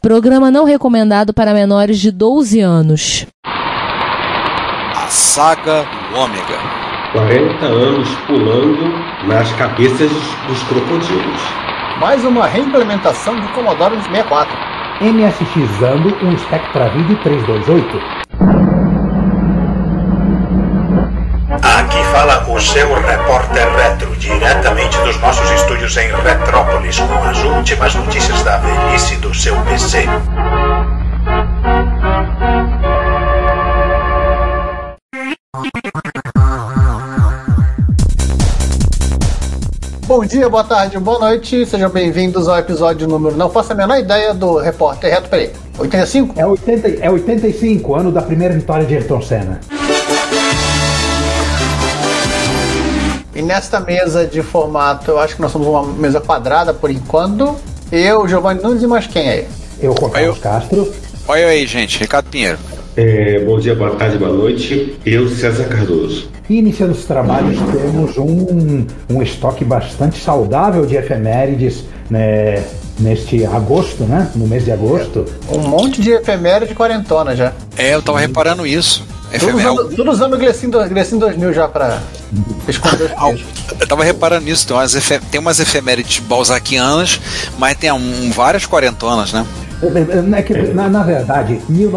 Programa não recomendado para menores de 12 anos. A Saga do Ômega. 40 anos pulando nas cabeças dos crocodilos. Mais uma reimplementação de Commodore 64. MSX-ando um Spectravid 328. Aqui fala o seu repórter retro, diretamente dos nossos estúdios em Retrópolis, com as últimas notícias da velhice do seu PC. Bom dia, boa tarde, boa noite, sejam bem-vindos ao episódio número... Não faço a menor ideia do repórter reto, peraí, 85? É 85, ano da primeira vitória de Ayrton Senna. E nesta mesa de formato, eu acho que nós somos uma mesa quadrada por enquanto. Eu, Giovanni Nunes e mais quem aí? Eu, Carlos Castro. Olha aí, gente, Ricardo Pinheiro. Bom dia, boa tarde, boa noite. Eu, César Cardoso. E iniciando os trabalhos, temos um estoque bastante saudável de efemérides, né, neste agosto, né? No mês de agosto. Um monte de efeméride quarentona já. Eu tava reparando isso. Tudo usando o Glecin 2000 já pra esconder os peixes. Eu tava reparando nisso, tem umas efemérides balzaquianas, mas tem várias quarentonas, né? É que, na verdade,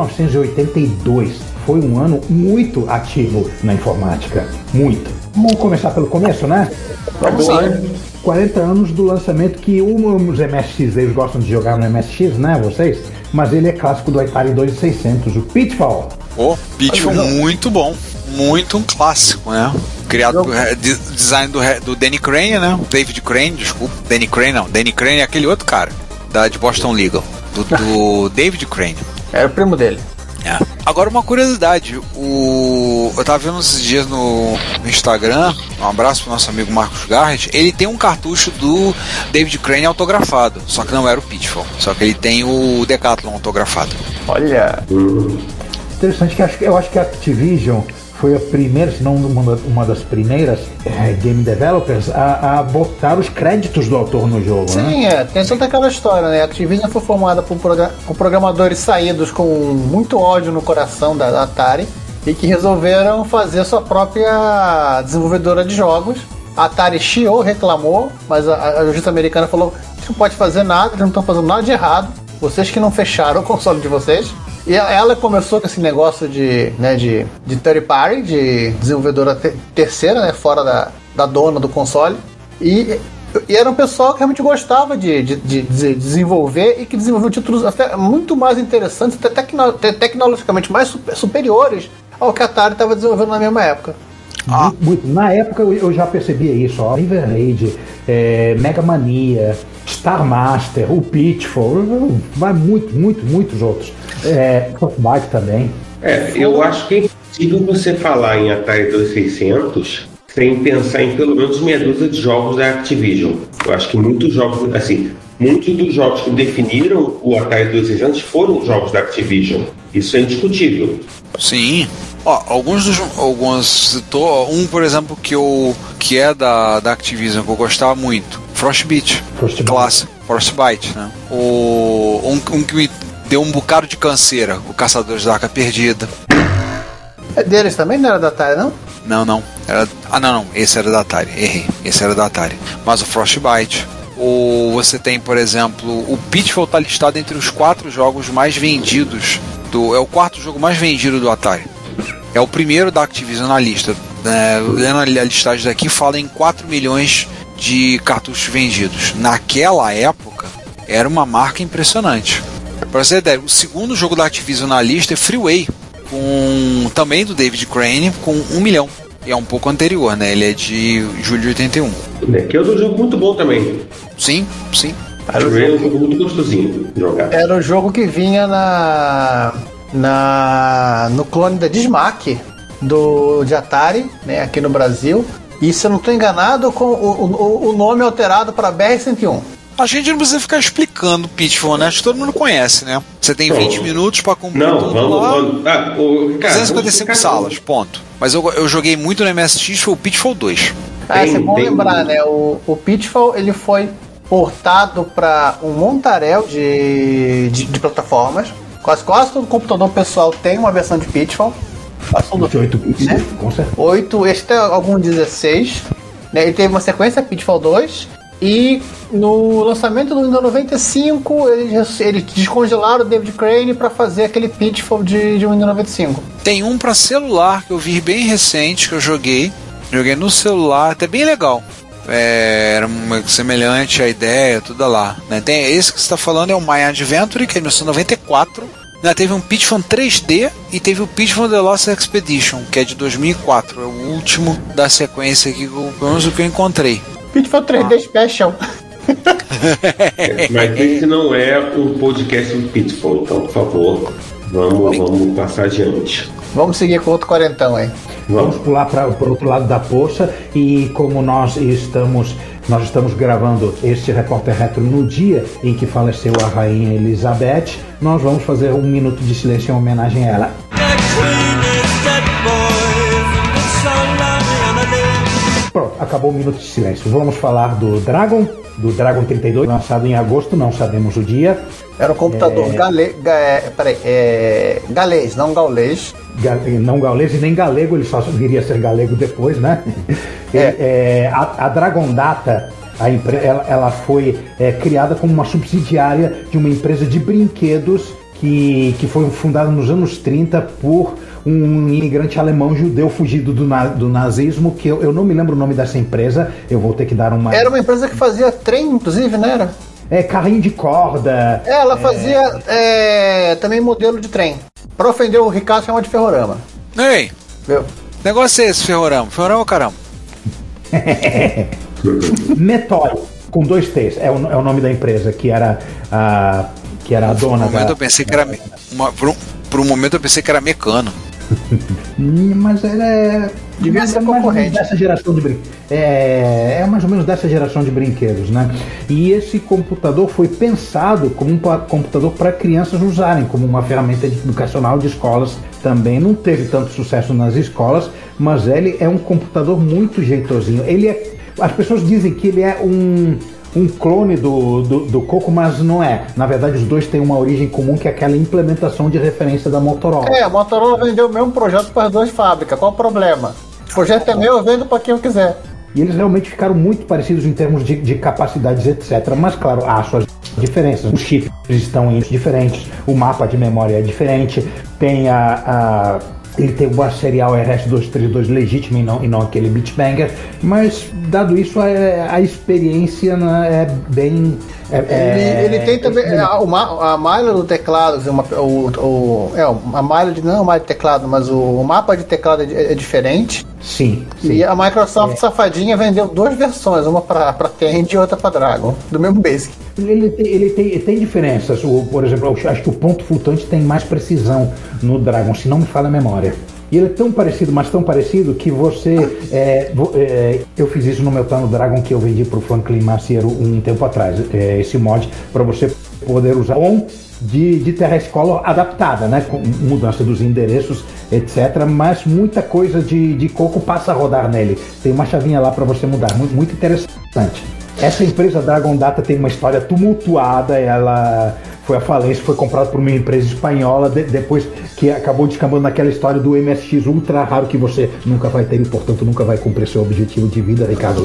1982 foi um ano muito ativo na informática. Muito. Vamos começar pelo começo, né? Vamos lá. 40 anos do lançamento que os MSX, eles gostam de jogar no MSX, né, vocês? Mas ele é clássico do Atari 2600, o Pitfall. Pitfall, muito bom. Muito um clássico, né? Criado por design do Danny Crane, né? David Crane, desculpa. Danny Crane é aquele outro cara de Boston Legal. Do David Crane. Era o primo dele. É. Agora, uma curiosidade, eu tava vendo esses dias no Instagram, um abraço pro nosso amigo Marcos Garrett, ele tem um cartucho do David Crane autografado, só que não era o Pitfall, só que ele tem o Decathlon autografado. Olha! Interessante, que eu acho que a Activision foi a primeira, se não uma das primeiras game developers a botar os créditos do autor no jogo. Sim, né? Tem toda aquela história, né? A Activision foi formada por programadores saídos com muito ódio no coração da Atari e que resolveram fazer sua própria desenvolvedora de jogos. A Atari chiou, reclamou, mas a justiça americana falou: a gente não pode fazer nada, eles não estão fazendo nada de errado, vocês que não fecharam o console de vocês. E ela começou com esse negócio de third party, de desenvolvedora terceira, né, fora da dona do console. E era um pessoal que realmente gostava de desenvolver e que desenvolveu títulos até muito mais interessantes, até tecnologicamente mais superiores ao que a Atari estava desenvolvendo na mesma época. Muito. Na época eu já percebia isso, ó. River Raid, Mega Mania, Star Master, o Pitfall, vai muitos outros. Frostbite também. Eu acho que é impossível você falar em Atari 2600 sem pensar em pelo menos meia dúzia de jogos da Activision. Eu acho que muitos dos jogos que definiram o Atari 2600 foram jogos da Activision. Isso é indiscutível. Sim. Alguns citou, por exemplo, que é da Activision, que eu gostava muito, Frostbite. Clássico, Frostbite, né? Um que me deu um bocado de canseira, o Caçadores da Arca Perdida. É deles também? Não era da Atari, não? Não. Não. Esse era da Atari. Errei. Esse era da Atari. Mas o Frostbite. Você tem, por exemplo, o Pitfall está listado entre os 4 jogos mais vendidos. É o 4º jogo mais vendido do Atari. É o primeiro da Activision na lista. Lendo a listagem daqui, fala em 4 milhões de cartuchos vendidos. Naquela época, era uma marca impressionante. Para você ter ideia, o segundo jogo da Activision na lista é Freeway, também do David Crane, com 1 milhão. E é um pouco anterior, né? Ele é de julho de 81. Que é outro jogo muito bom também. Sim. Era um jogo muito gostosinho de jogar. Era o jogo que vinha no clone da Dismac de Atari, né, aqui no Brasil. E se eu não estou enganado, com o nome alterado para BR-101. A gente não precisa ficar explicando o Pitfall, né? Acho que todo mundo conhece, né? Você tem 20 minutos pra cumprir tudo lá. 255 salas, ponto. Mas eu joguei muito no MSX, foi o Pitfall 2. É bom lembrar, né? O Pitfall, ele foi portado para um montaréu de plataformas. Quase todo computador pessoal tem uma versão de Pitfall. Passou de 8 bits, né? Com certeza. 8, este tem algum 16. Né? Ele teve uma sequência Pitfall 2. E no lançamento do Windows 95, eles descongelaram o David Crane para fazer aquele Pitfall de Windows 95. Tem um para celular que eu vi bem recente, que eu joguei no celular, até bem legal. Era semelhante à ideia, tudo lá, né? Tem esse que você está falando, é o My Adventure, que é de 1994. Teve um Pitfall 3D e teve o Pitfall The Lost Expedition, que é de 2004. É o último da sequência aqui, pelo menos o que eu encontrei. Pitfall 3D Special. Mas esse não é um podcast do Pitfall, então, por favor, vamos passar adiante. Vamos seguir com outro quarentão aí. Vamos pular para o outro lado da poça, e como nós estamos gravando este Repórter Retro no dia em que faleceu a Rainha Elizabeth, nós vamos fazer um minuto de silêncio em homenagem a ela. Pronto, acabou o minuto de silêncio. Vamos falar do Dragon 32, lançado em agosto, não sabemos o dia. Era um computador galês, não gaulês. Não gaulês e nem galego, ele só viria a ser galego depois, né? A Dragon Data, ela foi criada como uma subsidiária de uma empresa de brinquedos que foi fundada nos anos 30 por um imigrante alemão judeu fugido do nazismo, que eu não me lembro o nome dessa empresa, eu vou ter que dar uma... Era uma empresa que fazia trem, inclusive, não era? Carrinho de corda. Ela fazia também modelo de trem. Pra ofender o Ricardo, chama de ferrorama. Ei, Viu? Negócio é esse, ferrorama? Ferrorama, caramba. Metói, com 2 T's, é o nome da empresa, que era a dona da... Eu pensei que era... Por um momento eu pensei que era Mecano. Mas devia ser concorrente. Dessa geração de mais ou menos dessa geração de brinquedos, né? E esse computador foi pensado como um computador para crianças usarem, como uma ferramenta educacional de escolas também. Não teve tanto sucesso nas escolas, mas ele é um computador muito jeitosinho. As pessoas dizem que ele é um clone do Coco, mas não é. Na verdade, os dois têm uma origem comum, que é aquela implementação de referência da Motorola. A Motorola vendeu o mesmo projeto para as 2 fábricas. Qual o problema? O projeto é meu, eu vendo para quem eu quiser. E eles realmente ficaram muito parecidos em termos de capacidades, etc. Mas, claro, há suas diferenças. Os chips estão em diferentes, o mapa de memória é diferente, tem ele tem uma serial RS-232 legítima e não aquele Bitbanger, mas dado isso a experiência é bem... Ele tem também a malha do teclado, a malha de teclado, mas o mapa de teclado é diferente. Sim. E a Microsoft safadinha vendeu 2 versões, uma para Tandy e outra para Dragon, do mesmo Basic. Ele tem diferenças. Por exemplo, eu acho que o ponto flutuante tem mais precisão no Dragon, se não me falha a memória. E ele é tão parecido, mas tão parecido, que eu fiz isso no meu plano Dragon, que eu vendi para o Franklin Maciero um tempo atrás, esse mod, para você poder usar de TRS Color adaptada, né, com mudança dos endereços, etc. Mas muita coisa de Coco passa a rodar nele. Tem uma chavinha lá para você mudar, muito interessante. Essa empresa Dragon Data tem uma história tumultuada. Ela foi à falência, foi comprada por uma empresa espanhola, depois que acabou descambando naquela história do MSX ultra raro, que você nunca vai ter e, portanto, nunca vai cumprir seu objetivo de vida, Ricardo.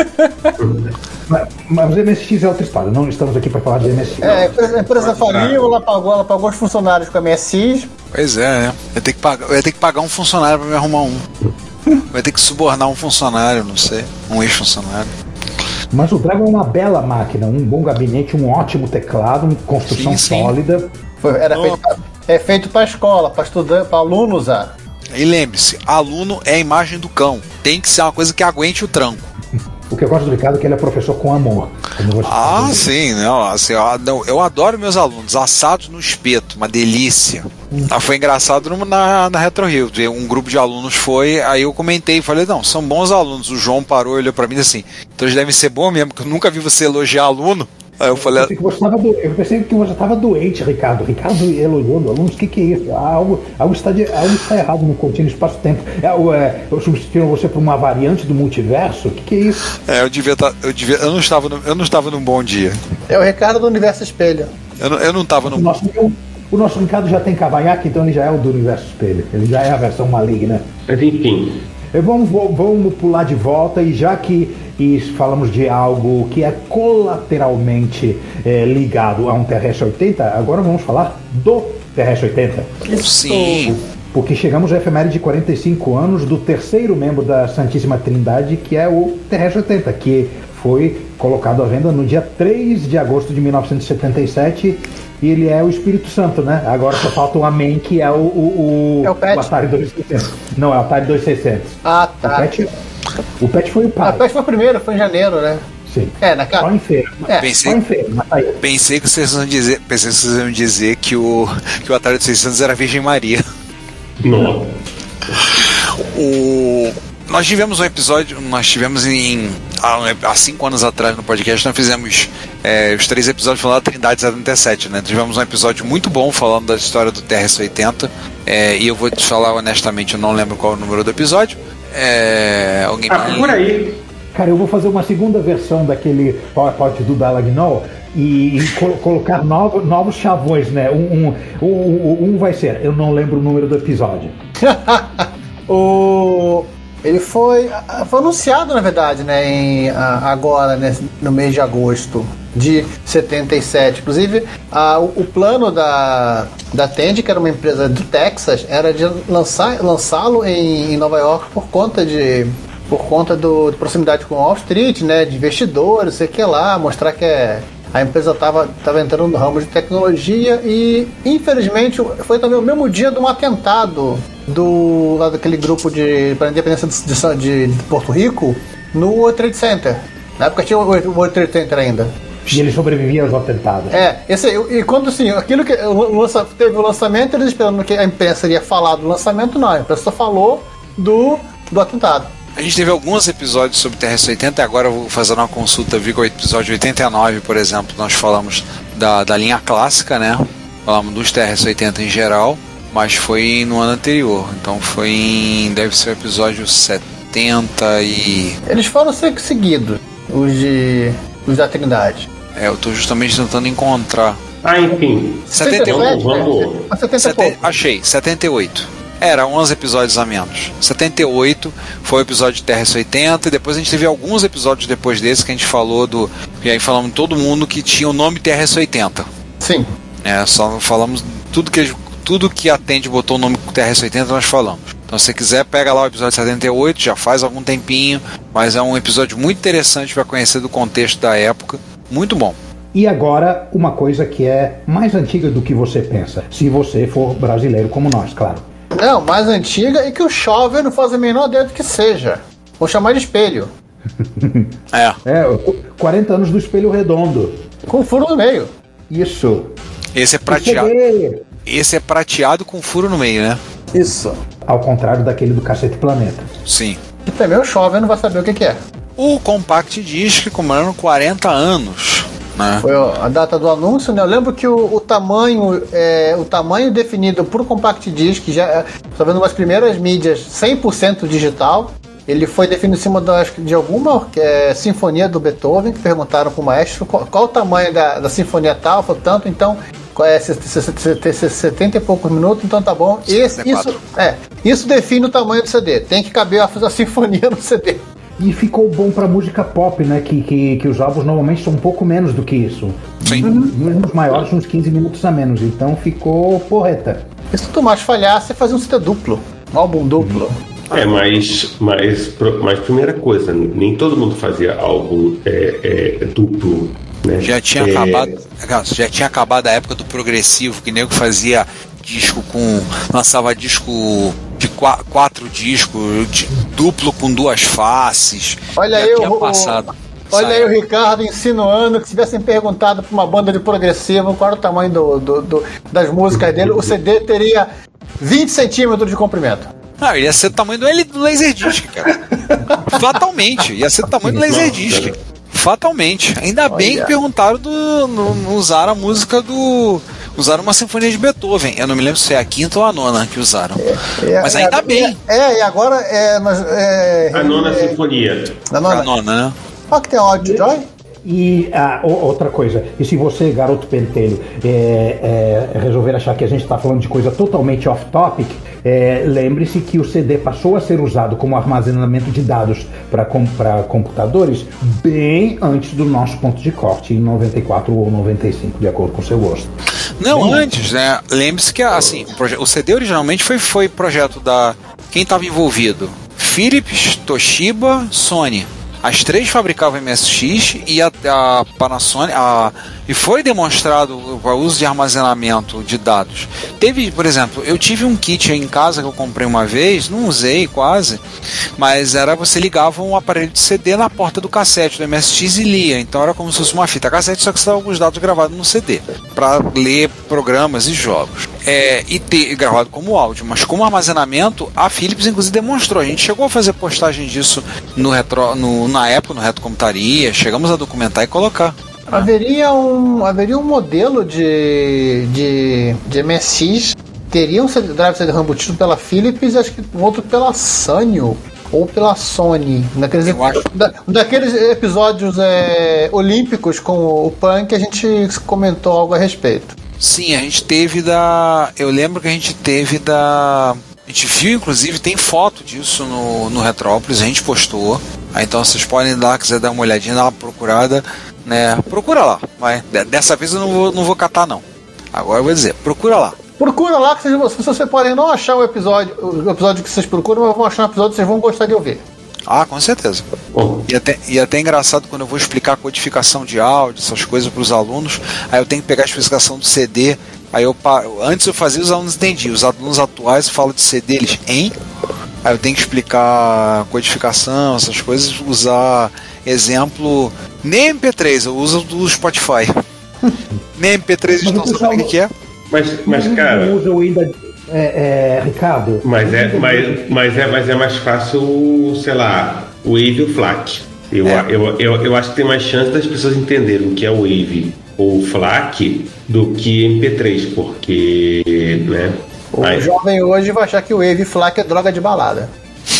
Mas o MSX é outra história, não estamos aqui para falar de MSX. A empresa faliu, ela pagou os funcionários com a MSX. Pois é, né? Eu ia ter que pagar um funcionário para me arrumar um. Vai ter que subornar um funcionário, não sei, um ex-funcionário. Mas o Dragon é uma bela máquina, um bom gabinete, um ótimo teclado, uma construção sólida. Feito para escola, para estudante, para aluno usar. E lembre-se, aluno é a imagem do cão. Tem que ser uma coisa que aguente o tranco. O que eu gosto do Ricardo é que ele é professor com amor. Sim, não, assim, eu adoro meus alunos, assados no espeto, uma delícia. Foi engraçado na Retro Rio, um grupo de alunos foi, aí eu comentei, falei, não, são bons alunos. O João parou e olhou pra mim e disse assim, então eles devem ser bons mesmo, porque eu nunca vi você elogiar aluno. Aí eu falei... Eu pensei que você estava doente, Ricardo. Ricardo elogiando alunos, o que é isso? Algo está errado no contínuo espaço-tempo. Substituíram você por uma variante do multiverso? O que é isso? Eu não estava num bom dia. É o Ricardo do Universo Espelho. Eu não estava num... O nosso Ricardo já tem cavanhaque, então ele já é o do Universo Espelho. Ele já é a versão maligna. Mas enfim... Vamos pular de volta, e já que falamos de algo que é colateralmente ligado a um TRS-80, agora vamos falar do TRS-80. Sim. Porque chegamos à efeméride de 45 anos do terceiro membro da Santíssima Trindade, que é o TRS-80, que foi colocado à venda no dia 3 de agosto de 1977. E ele é o Espírito Santo, né? Agora só falta o Amém, que é o Atari 2600. Não, é o Atari 2600. Ah, tá. O Pet foi o pai. O Pet foi o primeiro, foi em janeiro, né? Sim. Só em feira. Pensei que vocês iam dizer que o Atari 2600 era Virgem Maria. Não. Nós tivemos um episódio, há 5 anos atrás no podcast, nós fizemos os 3 episódios falando da Trindade 77, né? Tivemos um episódio muito bom falando da história do TRS-80, e eu vou te falar honestamente, eu não lembro qual é o número do episódio. Alguém por aí. Cara, eu vou fazer uma segunda versão daquele PowerPoint do Dalagnol e colocar novos chavões, né? Um vai ser, eu não lembro o número do episódio. Ele foi anunciado, na verdade, né, agora, né, no mês de agosto de 77. Inclusive, o plano da Tandy, que era uma empresa do Texas, era de lançá-lo em Nova York por conta de proximidade com Wall Street, né, de investidores, sei que lá, mostrar que a empresa estava entrando no ramo de tecnologia. E infelizmente foi também o mesmo dia de um atentado lá daquele grupo para a independência de Porto Rico no World Trade Center. Na época tinha o World Trade Center ainda. E ele sobrevivia aos atentados. E quando assim, aquilo que teve o lançamento, eles esperando que a imprensa iria falar do lançamento, não. A imprensa só falou do atentado. A gente teve alguns episódios sobre TRS-80, e agora eu vou fazer uma consulta, vi que o episódio 89, por exemplo, nós falamos da linha clássica, né? Falamos dos TRS-80 em geral, mas foi no ano anterior, então deve ser o episódio 70 e... Eles foram seguidos, os da Trindade. Eu tô justamente tentando encontrar. Enfim. 78. Vamos. Achei, 78. Era 11 episódios a menos. 78 foi o episódio de TRS-80, e depois a gente teve alguns episódios depois desse que a gente falou e aí falamos todo mundo que tinha o nome TRS-80. Sim. Só falamos tudo que a Tandy botou o nome TRS-80 nós falamos. Então se você quiser, pega lá o episódio 78, já faz algum tempinho, mas é um episódio muito interessante para conhecer do contexto da época. Muito bom. E agora, uma coisa que é mais antiga do que você pensa, se você for brasileiro como nós, claro. Não, mais antiga, e que o Chauvel não faz a menor ideia do que seja. Vou chamar de espelho. 40 anos do Espelho Redondo. Com furo no meio. Isso. Esse é prateado. Esse é prateado com furo no meio, né? Isso. Ao contrário daquele do Cacete Planeta. Sim. E também o Chauvel não vai saber o que é. O Compact Disc comemorando 40 anos. Né? Foi a data do anúncio, né? Eu lembro que o tamanho definido por Compact Disc, já está vendo umas primeiras mídias 100% digital. Ele foi definido em cima de alguma sinfonia do Beethoven, que perguntaram para o maestro qual o tamanho da sinfonia tal, falou tanto, então 70 e poucos minutos, então tá bom. Isso define o tamanho do CD. Tem que caber a sinfonia no CD. E ficou bom pra música pop, né? Que os álbuns normalmente são um pouco menos do que isso. Sim. Os maiores, uns 15 minutos a menos. Então ficou porreta. E se o Tomás falhar, você fazia um CD duplo. Um álbum duplo. Mas primeira coisa, nem todo mundo fazia álbum duplo. Né? Já tinha acabado a época do progressivo, que nego fazia disco lançava disco de 4 discos, duplo com 2 faces. Olha aí o Ricardo insinuando que se tivessem perguntado para uma banda de progressivo qual era o tamanho das músicas dele, o CD teria 20 centímetros de comprimento. Ia ser o tamanho do Laserdisc, cara. Fatalmente, ia ser o tamanho do Laserdisc. Fatalmente. Ainda bem que perguntaram não usaram a música do... Usaram uma sinfonia de Beethoven. Eu não me lembro se é a quinta ou a nona que usaram. Mas ainda bem. E agora a nona sinfonia. A nona, né? Olha que tem áudio, Joy. E outra coisa, e se você, garoto pentelho, resolver achar que a gente está falando de coisa totalmente off-topic, lembre-se que o CD passou a ser usado como armazenamento de dados para computadores bem antes do nosso ponto de corte, em 94 ou 95, de acordo com o seu gosto. Não, antes, né? Lembre-se que assim, o CD originalmente foi projeto da... Quem estava envolvido? Philips, Toshiba, Sony. As três fabricavam MSX e a Panasonic, e foi demonstrado o uso de armazenamento de dados. Teve, por exemplo, eu tive um kit aí em casa que eu comprei uma vez, não usei quase, mas você ligava um aparelho de CD na porta do cassete do MSX e lia, então era como se fosse uma fita cassete, só que estava com os dados gravados no CD, para ler programas e jogos. E ter gravado como áudio, mas como armazenamento, a Philips inclusive demonstrou. A gente chegou a fazer postagem disso na época, no Retrocomputaria, chegamos a documentar e colocar. Haveria um modelo de MSX, teria um drive CD-ROM embutido pela Philips e acho que outro pela Sanyo ou pela Sony. Daqueles episódios olímpicos com o Punk, a gente comentou algo a respeito. Sim, a gente teve eu lembro que a gente teve a gente viu, inclusive, tem foto disso no Retrópolis, a gente postou. Então vocês podem ir lá, quiser dar uma olhadinha, dar uma procurada, né? Procura lá, mas dessa vez eu não vou catar, não. Agora eu vou dizer, procura lá. Procura lá, que vocês podem não achar o episódio que vocês procuram, mas vão achar um episódio que vocês vão gostar de ouvir. Ah, com certeza. E até engraçado quando eu vou explicar a codificação de áudio, essas coisas para os alunos, aí eu tenho que pegar a especificação do CD, aí antes eu fazia, os alunos entendiam, os alunos atuais falam de CD, eles, hein? Aí eu tenho que explicar codificação, essas coisas, usar exemplo, nem MP3, eu uso do Spotify. Nem MP3 eles não sabem o que é. Mas cara... Não usam ainda... Ricardo. Mas é mais fácil, sei lá, o Wave e o FLAC. Eu acho que tem mais chance das pessoas entenderem o que é o Wave ou o FLAC do que MP3, porque, né? O jovem hoje vai achar que o Wave e FLAC é droga de balada.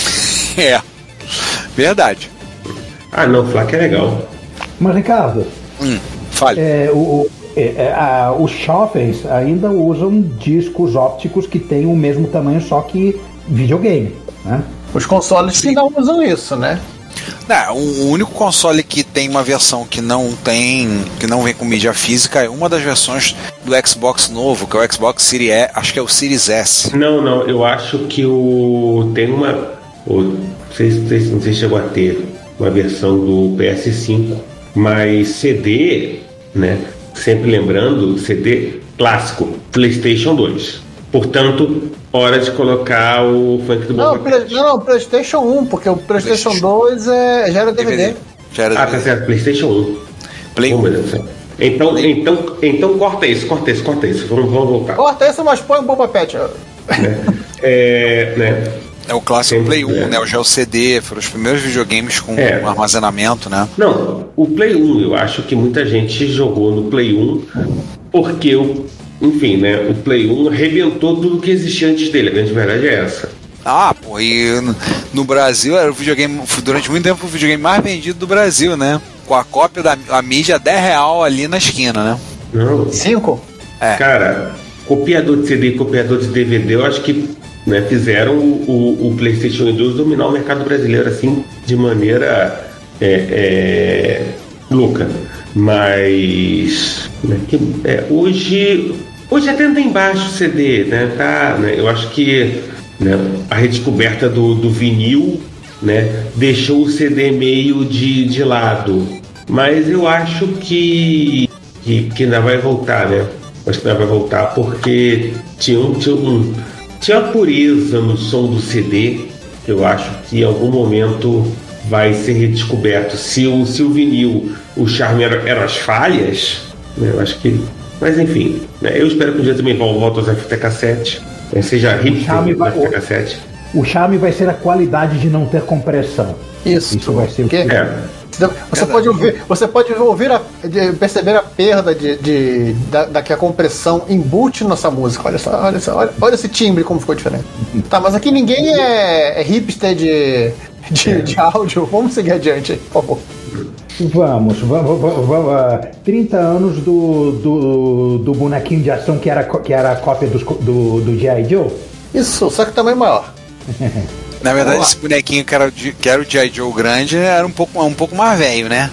Verdade. Ah, não, FLAC é legal. Mas, Ricardo, fale. Os jovens ainda usam discos ópticos que têm o mesmo tamanho, só que videogame, né? Os consoles que não usam isso, né? O único console que tem uma versão que não vem com mídia física é uma das versões do Xbox novo, que é o Xbox Series E, acho que é o Series S. Não, eu acho que tem uma... Não sei se chegou a ter uma versão do PS5, mas CD, né? Sempre lembrando, CD clássico, PlayStation 2. Portanto, hora de colocar o funk do Boba Fett. Não, PlayStation 1, porque o PlayStation 2 já era DVD. Tá certo, PlayStation 1. Play 1. Então corta isso. Vamos voltar. Corta isso, mas põe o Boba Fett. Né? É o clássico Play 1, né? Já o CD, foram os primeiros videogames com armazenamento, né? Não, o Play 1, eu acho que muita gente jogou no Play 1 porque enfim, né? O Play 1 arrebentou tudo que existia antes dele. A grande verdade é essa. E no Brasil era o videogame, durante muito tempo, o videogame mais vendido do Brasil, né? Com a cópia da mídia R$10 ali na esquina, né? Não. 5? Cara, copiador de CD e copiador de DVD, eu acho que, né, fizeram o PlayStation 2 dominar o mercado brasileiro assim de maneira louca. Mas hoje até anda embaixo o CD, né? Eu acho que, né, a redescoberta do vinil, né, deixou o CD meio de lado. Mas eu acho que ainda vai voltar, né? Acho que ainda vai voltar porque tinha uma pureza no som do CD. Eu acho que em algum momento vai ser redescoberto. Se o vinil, o charme eram as falhas, né? Eu acho que... Mas enfim, né? Eu espero que um dia também volte aos fita cassete, né? Seja hipster na fita cassete. O charme vai ser a qualidade de não ter compressão. Isso vai ser o que? Você pode ouvir perceber a perda da que a compressão embute nessa música. Olha esse timbre como ficou diferente. Tá, mas aqui ninguém é hipster de áudio. Vamos seguir adiante aí, por favor. Vamos. 30 anos do bonequinho de ação que era a cópia do G.I. Joe? Isso, só que tamanho maior. Na verdade, esse bonequinho que era o G.I. Joe grande era um pouco mais velho, né?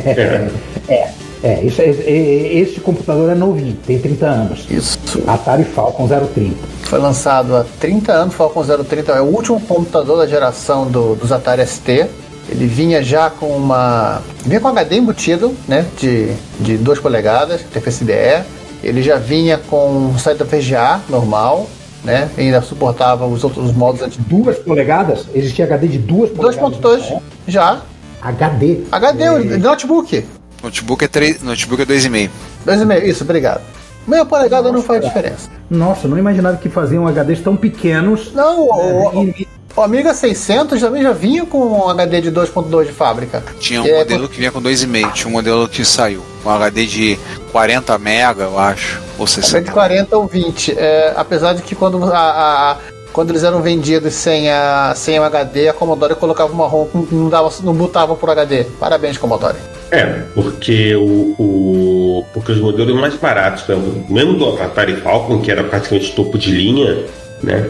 Esse computador é novinho, tem 30 anos. Isso. Atari Falcon 030. Foi lançado há 30 anos, Falcon 030 é o último computador da geração dos Atari ST. Ele vinha já vinha com HD embutido, né, de 2 polegadas, interface IDE. Ele já vinha com saída VGA normal, né, ainda suportava os outros modos antes. 2 polegadas? Existia HD de 2 polegadas? 2.2, já. HD? O notebook. Notebook é 2,5. 2,5, isso, obrigado. Meia polegada não faz diferença. Nossa, não imaginava que faziam HDs tão pequenos. Não, o Amiga 600 também já vinha com um HD de 2.2 de fábrica. Tinha um modelo que vinha com 2,5. Tinha um modelo que saiu com HD de 40 mega, eu acho, ou 60. De 40 ou 20. Apesar de que quando eles eram vendidos sem o HD, a Commodore colocava uma ROM, não botava por HD. Parabéns, Commodore. Porque porque os modelos mais baratos, mesmo do Atari Falcon, que era praticamente topo de linha, né,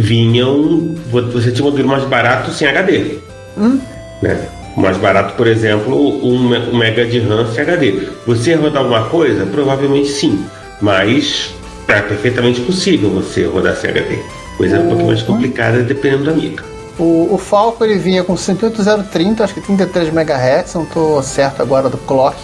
você tinha um modelo mais barato sem HD. Né? O mais barato, por exemplo, 1 mega de RAM sem HD. Você ia rodar alguma coisa? Provavelmente sim, mas é perfeitamente possível você rodar sem HD. Coisa um pouquinho mais complicada dependendo da mica. O Falcon ele vinha com 58030, acho que 33 MHz, não estou certo agora do clock.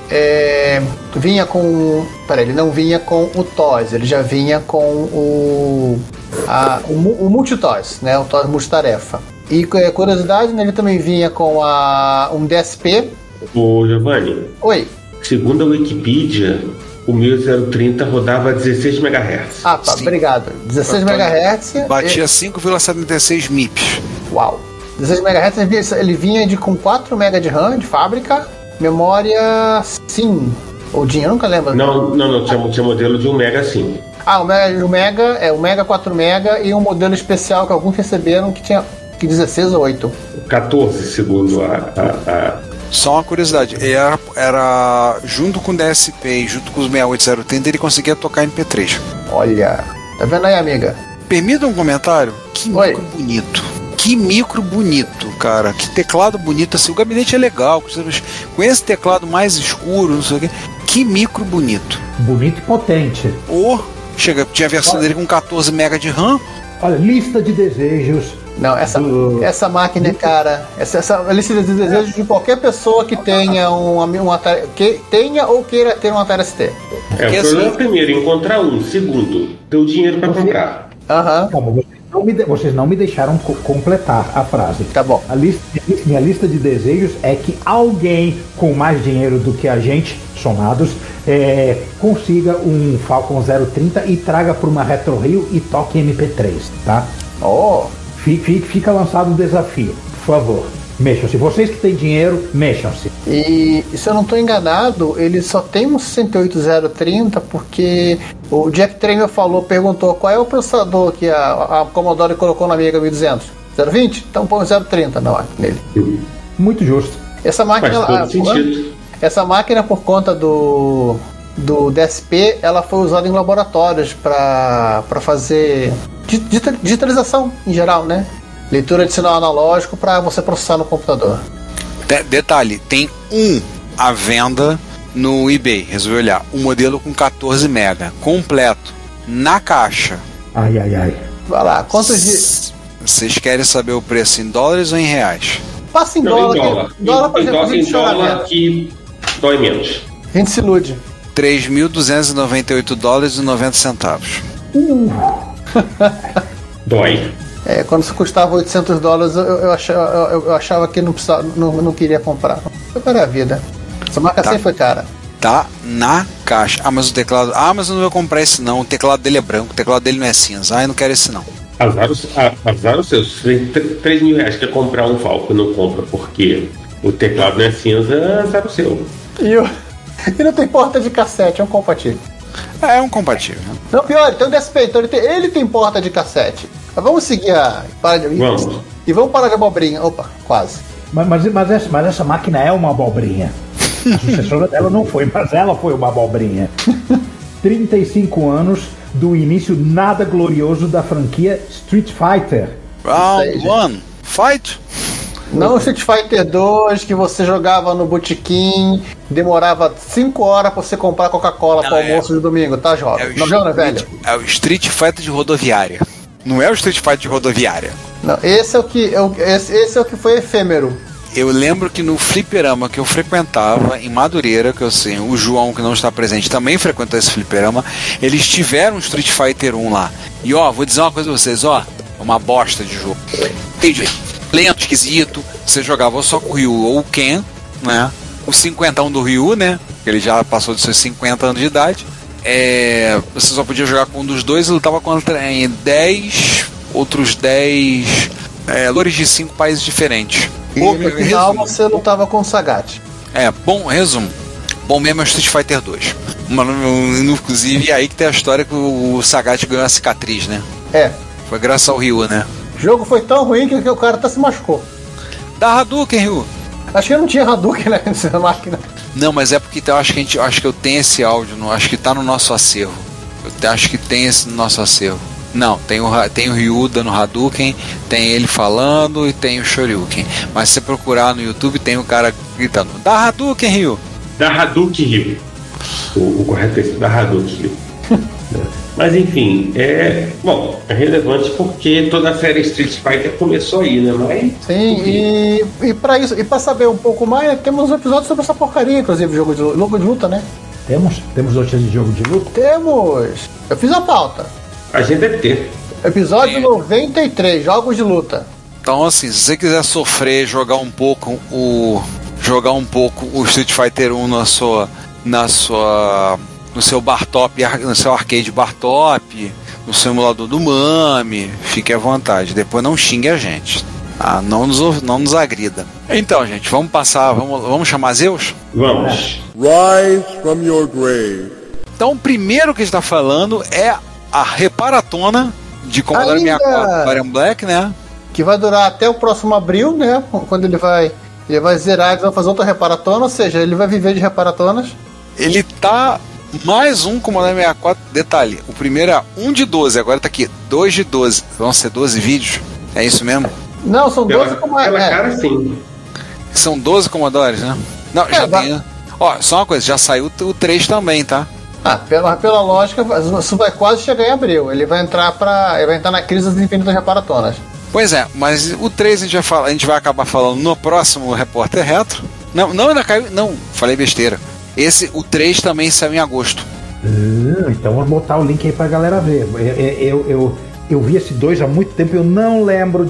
Vinha com... ele não vinha com o TOS, ele já vinha com o Multitoys, né? O TOS multitarefa. E curiosidade, né, ele também vinha com um DSP. Ô Giovanni. Oi. Segundo a Wikipedia, o 1030 rodava 16 MHz. Tá, obrigado. 16 MHz. Batia 5,76 MIPS. Uau. 16 MHz, ele vinha com 4 MB de RAM de fábrica, memória SIM. Ou DIN, eu nunca lembro. Não, tinha modelo de 1 mega sim. O Mega 4 mega e um modelo especial que alguns receberam que tinha 16 ou 8. 14, segundo Só uma curiosidade, era junto com o DSP e junto com os 68030 ele conseguia tocar MP3. Olha, tá vendo aí, amiga? Permita um comentário? Que micro bonito. Que micro bonito, cara. Que teclado bonito, assim. O gabinete é legal, com esse teclado mais escuro, não sei o quê. Que micro bonito. Bonito e potente. Tinha a versão dele com 14 MB de RAM. Olha, lista de desejos. Não, essa máquina, cara, essa lista de desejos de qualquer pessoa que tenha um Atari, que tenha ou queira ter um Atari ST. O problema primeiro, encontrar segundo, ter o dinheiro para comprar. Aham. Vocês não me deixaram completar a frase. Tá bom. Minha lista de desejos é que alguém com mais dinheiro do que a gente, somados, consiga um Falcon 030 e traga para uma Retro Rio e toque MP3, tá? Fica lançado o desafio, por favor. Mexam-se. Vocês que têm dinheiro, mexam-se. E se eu não estou enganado, ele só tem um 68030 porque o Jack Tramer perguntou qual é o processador que a Commodore colocou na Amiga 1200. 020? Então põe o 030 nele. Muito justo. Essa máquina, por conta do DSP, ela foi usada em laboratórios para fazer digitalização em geral, né? Leitura de sinal analógico para você processar no computador. Detalhe, tem à venda no eBay, resolvi olhar, um modelo com 14 MB, completo, na caixa. Ai. Vai lá, quantos dias? Vocês querem saber o preço em dólares ou em reais? Passa em dólar. Em dólar que dói menos. A gente se ilude. $3.298,90. Dói. Quando isso custava $800, eu achava que não queria comprar. Agora é a vida. Essa marca sempre foi cara. Tá na caixa. Mas o teclado... mas eu não vou comprar esse não. O teclado dele é branco, o teclado dele não é cinza. Eu não quero esse não. Azar o seu. Se você tem R$3.000 quer comprar um Falcon, não compra porque O teclado não é cinza, sabe o seu. E não tem porta de cassete, é um compatível. É um compatível. Não, pior, então desse peito, ele tem porta de cassete. Mas vamos seguir Vamos. E vamos parar de abobrinha. Opa, quase. Mas essa máquina é uma abobrinha. A sucessora dela não foi, mas ela foi uma abobrinha. 35 anos do início nada glorioso da franquia Street Fighter. Round 1, fight! Não o Street Fighter 2 que você jogava no botequim, demorava 5 horas pra você comprar Coca-Cola pro almoço de domingo, tá, jovem? Não, né, velho? É o Street Fighter de rodoviária. Não é o Street Fighter de rodoviária. Não, esse é o que foi efêmero. Eu lembro que no fliperama que eu frequentava em Madureira, que eu sei, o João, que não está presente, também frequentou esse fliperama, eles tiveram um Street Fighter 1 lá. E ó, vou dizer uma coisa pra vocês, ó, uma bosta de jogo. Entendi. Lento, esquisito, você jogava ou só com o Ryu ou o Ken, né? O 50 do Ryu, né? Ele já passou dos seus 50 anos de idade. Você só podia jogar com um dos dois e lutava contra 10, outros 10 lores de 5 países diferentes. E no final você lutava com o Sagat. Bom, resumo. Bom mesmo é o Street Fighter 2. Inclusive, aí que tem a história que o Sagat ganhou a cicatriz, né? Foi graças ao Ryu, né? O jogo foi tão ruim que o cara até se machucou. Da Hadouken, Ryu. Acho que não tinha Hadouken nessa máquina. Não, mas é porque acho que eu tenho esse áudio, acho que tá no nosso acervo. Eu acho que tem esse no nosso acervo. Não, tem o Ryu dando Hadouken, tem ele falando e tem o Shoryuken. Mas se você procurar no YouTube, tem o cara gritando: "Da Hadouken, Ryu!" Da Hadouken, Ryu. O correto é esse, da Hadouken, Ryu. Mas enfim, é relevante porque toda a série Street Fighter começou aí, né? Mas, sim, e pra isso, e pra saber um pouco mais, temos um episódio sobre essa porcaria, inclusive, jogo de luta, né? Temos notícias de jogo de luta? Temos! Eu fiz a pauta. A gente deve ter. Episódio 93, jogos de luta. Então, assim, se você quiser sofrer, jogar um pouco o Street Fighter 1 no seu bar top, no seu arcade bar top, no simulador do Mami, fique à vontade. Depois não xingue a gente. Não nos agrida. Então, gente, vamos chamar Zeus? Vamos. Rise from your grave. Então, o primeiro que a gente está falando é a reparatona de Commodore 64 do Iron Black, né? Que vai durar até o próximo abril, né? Quando ele vai zerar, eles vão fazer outra reparatona, ou seja, ele vai viver de reparatonas. Ele tá mais um Commodore 64, detalhe, o primeiro é 1 de 12, agora tá aqui 2 de 12, vão ser 12 vídeos, é isso mesmo? Não, são 12 Pela cara, sim. São 12 Commodores, né? Não, já tem. Ó, só uma coisa, já saiu o 3 também, tá? Pela lógica, isso vai quase chegar em abril. Ele vai entrar na crise das infinitas reparatonas. Pois é, mas o 3 a gente vai acabar falando no próximo Repórter Retro. Não, ainda caiu. Não, falei besteira. O 3 também saiu em agosto. Então vou botar o link aí pra galera ver. Eu vi esse 2 há muito tempo, eu não lembro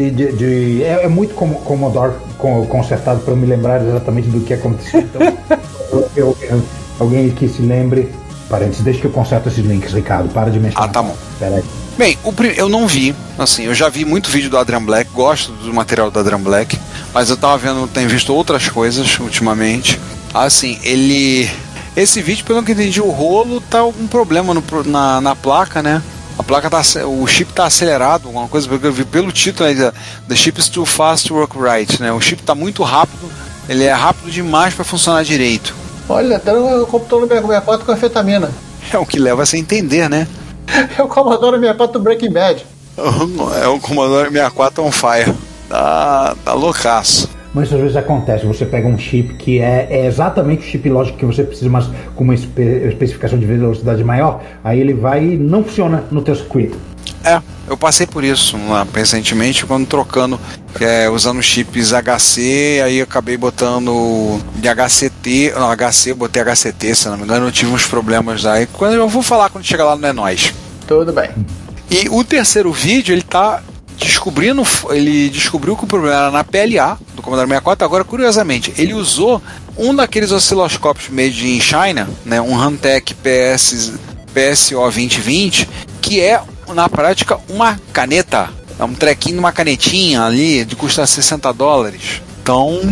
é muito Commodore consertado para eu me lembrar exatamente do que aconteceu. Então, alguém que se lembre. Parênteses, deixa que eu conserto esses links, Ricardo. Para de mexer. Tá bom. Pera aí. Bem, eu não vi, assim, eu já vi muito vídeo do Adrian Black, gosto do material do Adrian Black, mas eu tenho visto outras coisas ultimamente. Assim, esse vídeo, pelo que eu entendi, o rolo tá um problema na placa, né? A placa o chip tá acelerado, alguma coisa, porque eu vi pelo título aí, The chip is too fast to work right, né? O chip tá muito rápido, ele é rápido demais para funcionar direito. Olha, tá no computador no 64 com anfetamina. É o que leva a se entender, né? É o Commodore 64 do Breaking Bad. É o Commodore 64 on fire. Tá loucaço. Mas às vezes acontece, você pega um chip que é exatamente o chip lógico que você precisa, mas com uma especificação de velocidade maior, aí ele vai e não funciona no teu circuito. Eu passei por isso recentemente, quando trocando, usando chips HC, aí eu acabei botando de HC, botei HCT, se não me engano, eu tive uns problemas aí. Eu vou falar quando chegar lá no É Nóis. Tudo bem. E o terceiro vídeo, ele descobriu que o problema era na PLA do Commodore 64. Agora, curiosamente, ele usou um daqueles osciloscópios made in China, né, um Hantek PSO 2020, que é na prática uma caneta, é um trequinho, uma canetinha ali de custa $60. Então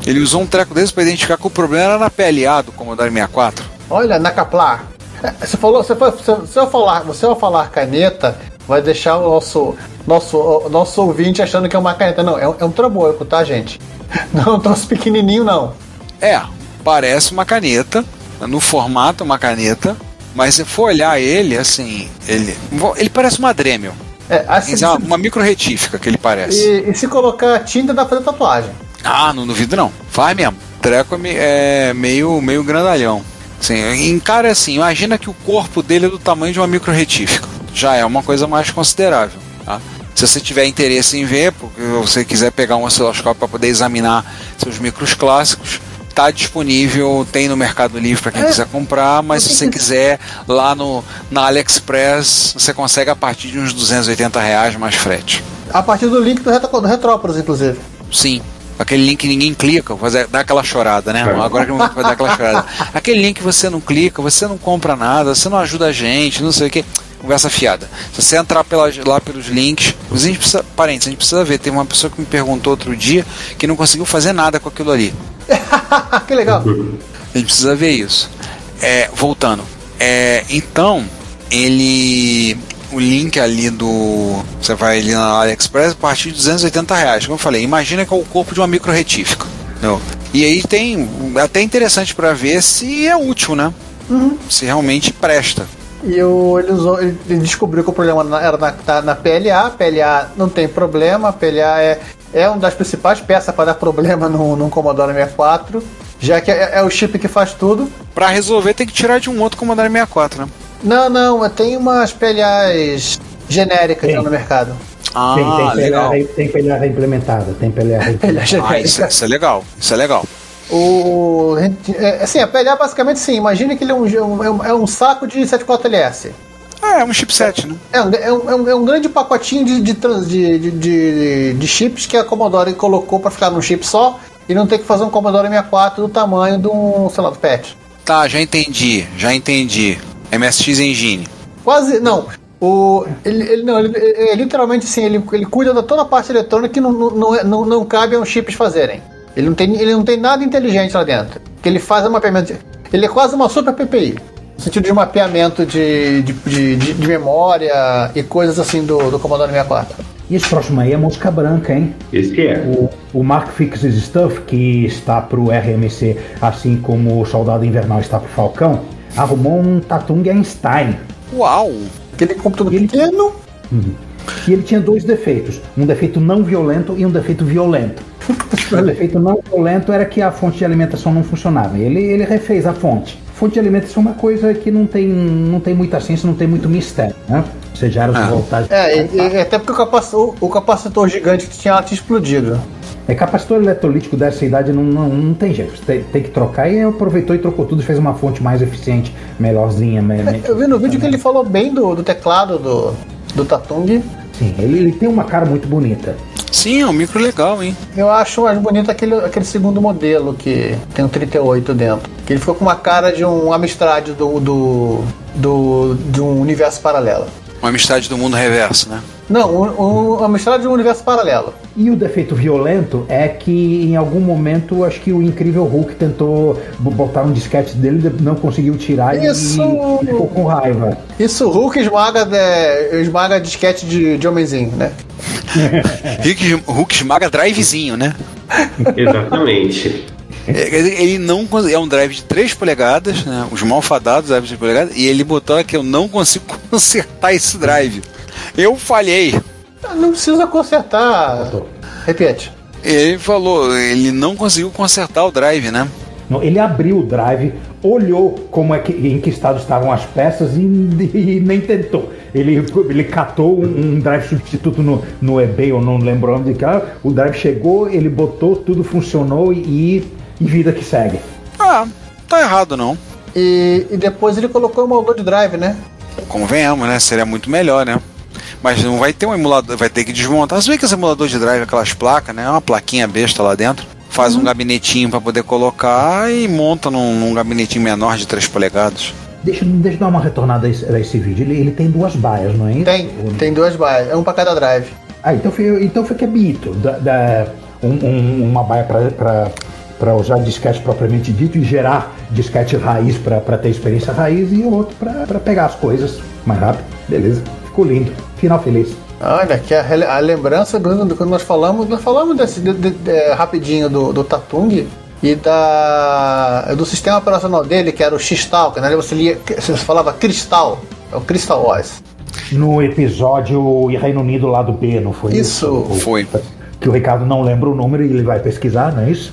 Ele usou um treco desse para identificar que o problema era na PLA do Commodore 64. Olha, na Kaplar. Você vai falar caneta, vai deixar o nosso ouvinte achando que é uma caneta. Não, é um trambolho, tá, gente? Não é um troço pequenininho, não. Parece uma caneta, no formato uma caneta, mas se for olhar ele, assim, ele parece uma Dremel. Assim, uma micro retífica que ele parece. E se colocar tinta, dá pra fazer tatuagem. Não duvido não. Faz mesmo. O treco é meio grandalhão. Assim, encara assim, imagina que o corpo dele é do tamanho de uma micro retífica. Já é uma coisa mais considerável, tá? Se você tiver interesse em ver, porque você quiser pegar um osciloscópio para poder examinar seus micros clássicos, está disponível, tem no Mercado Livre para quem quiser comprar, mas se você quiser lá na AliExpress, você consegue a partir de uns R$280 mais frete. A partir do link do Retrópolis, inclusive. Sim. Aquele link que ninguém clica, dá aquela chorada, né? Agora que vai dar aquela chorada. Aquele link que você não clica, você não compra nada, você não ajuda a gente, não sei o que. Conversa fiada. Se você entrar lá pelos links, a gente precisa ver. Tem uma pessoa que me perguntou outro dia que não conseguiu fazer nada com aquilo ali. Que legal. A gente precisa ver isso. Voltando. Então, o link ali você vai ali na AliExpress a partir de R$280. Como eu falei, imagina que é o corpo de uma micro retífica. Não. E aí tem até interessante para ver se é útil, né? Se realmente presta. E ele descobriu que o problema era na PLA. A PLA não tem problema. A PLA é uma das principais peças para dar problema no Commodore 64, já que é o chip que faz tudo. Para resolver tem que tirar de um outro Commodore 64, né? Não, tem umas PLAs genéricas no mercado. Legal. Tem PLA reimplementada. Tem PLA reimplementada. Isso é legal. Isso é legal. Assim, a PLA basicamente sim. Imagina que ele é um saco de 74LS. É um chipset, né? É um grande pacotinho de chips que a Commodore colocou para ficar num chip só e não ter que fazer um Commodore 64 do tamanho de um, sei lá, do PET. Tá, já entendi. MSX Engine. Quase, não. Ele literalmente assim, ele cuida de toda a parte eletrônica que não cabe aos chips fazerem. Ele não tem nada inteligente lá dentro. Que ele faz um mapeamento. Ele é quase uma super PPI. No sentido de mapeamento de memória e coisas assim do Commodore 64. E esse próximo aí é música branca, hein? Esse é. O Mark Fixes Stuff, que está pro RMC, assim como o Soldado Invernal está pro Falcão, arrumou um Tatung Einstein. Uau! Aquele computador pequeno. E ele tinha dois defeitos. Um defeito não violento e um defeito violento. O defeito não violento era que a fonte de alimentação não funcionava. Ele refez a fonte. Fonte de alimentação é uma coisa que não tem muita ciência, não tem muito mistério, né? Ou seja, era as voltagens. Até porque o capacitor gigante que tinha explodido. Capacitor eletrolítico dessa idade não tem jeito. Tem que trocar, e aproveitou e trocou tudo e fez uma fonte mais eficiente, melhorzinha. Eu vi no vídeo que ele falou bem do teclado do Tatung. Sim, ele tem uma cara muito bonita. Sim, é um micro legal, hein? Eu acho mais bonito aquele segundo modelo que tem um 38 dentro. Que ele ficou com uma cara de um Amstrad de um universo paralelo. Uma Amstrad do mundo reverso, né? Não, uma Amstrad de um universo paralelo. E o defeito violento é que em algum momento acho que o Incrível Hulk tentou botar um disquete dele, não conseguiu tirar e ficou com raiva. Isso, o Hulk esmaga disquete de homenzinho, né? Hulk esmaga drivezinho, né? Exatamente. Ele não é um drive de 3 polegadas, né? Os malfadados drive de 3 polegadas, e ele botou que eu não consigo consertar esse drive. Eu falhei. Não precisa consertar. Repete. Ele falou, ele não conseguiu consertar o drive, né? Não, ele abriu o drive, olhou em que estado estavam as peças e nem tentou. Ele catou um drive substituto no eBay, ou não lembro onde que era. O drive chegou, ele botou, tudo funcionou e vida que segue. Tá errado não. E depois ele colocou o emulador de drive, né? Convenhamos, né? Seria muito melhor, né? Mas não vai ter um emulador, vai ter que desmontar. Você vê que esse emulador de drive, aquelas placas, né? Uma plaquinha besta lá dentro. Faz um gabinetinho para poder colocar e monta num gabinetinho menor de 3 polegadas. Deixa eu dar uma retornada a esse vídeo. Ele tem 2 baias, não é isso? Tem 2 baias, um para cada drive. Então foi que é bito. Uma baia para para usar disquete propriamente dito e gerar disquete raiz para ter experiência raiz, e o outro para pegar as coisas mais rápido. Beleza, ficou lindo, final feliz. Olha, aqui a lembrança do que nós falamos desse rapidinho do Tatung e do sistema operacional dele, que era o X-Tal, que você falava Cristal, é o Crystal OS. No episódio Reino Unido lado B, não foi isso? Foi. Que o Ricardo não lembra o número e ele vai pesquisar, não é isso?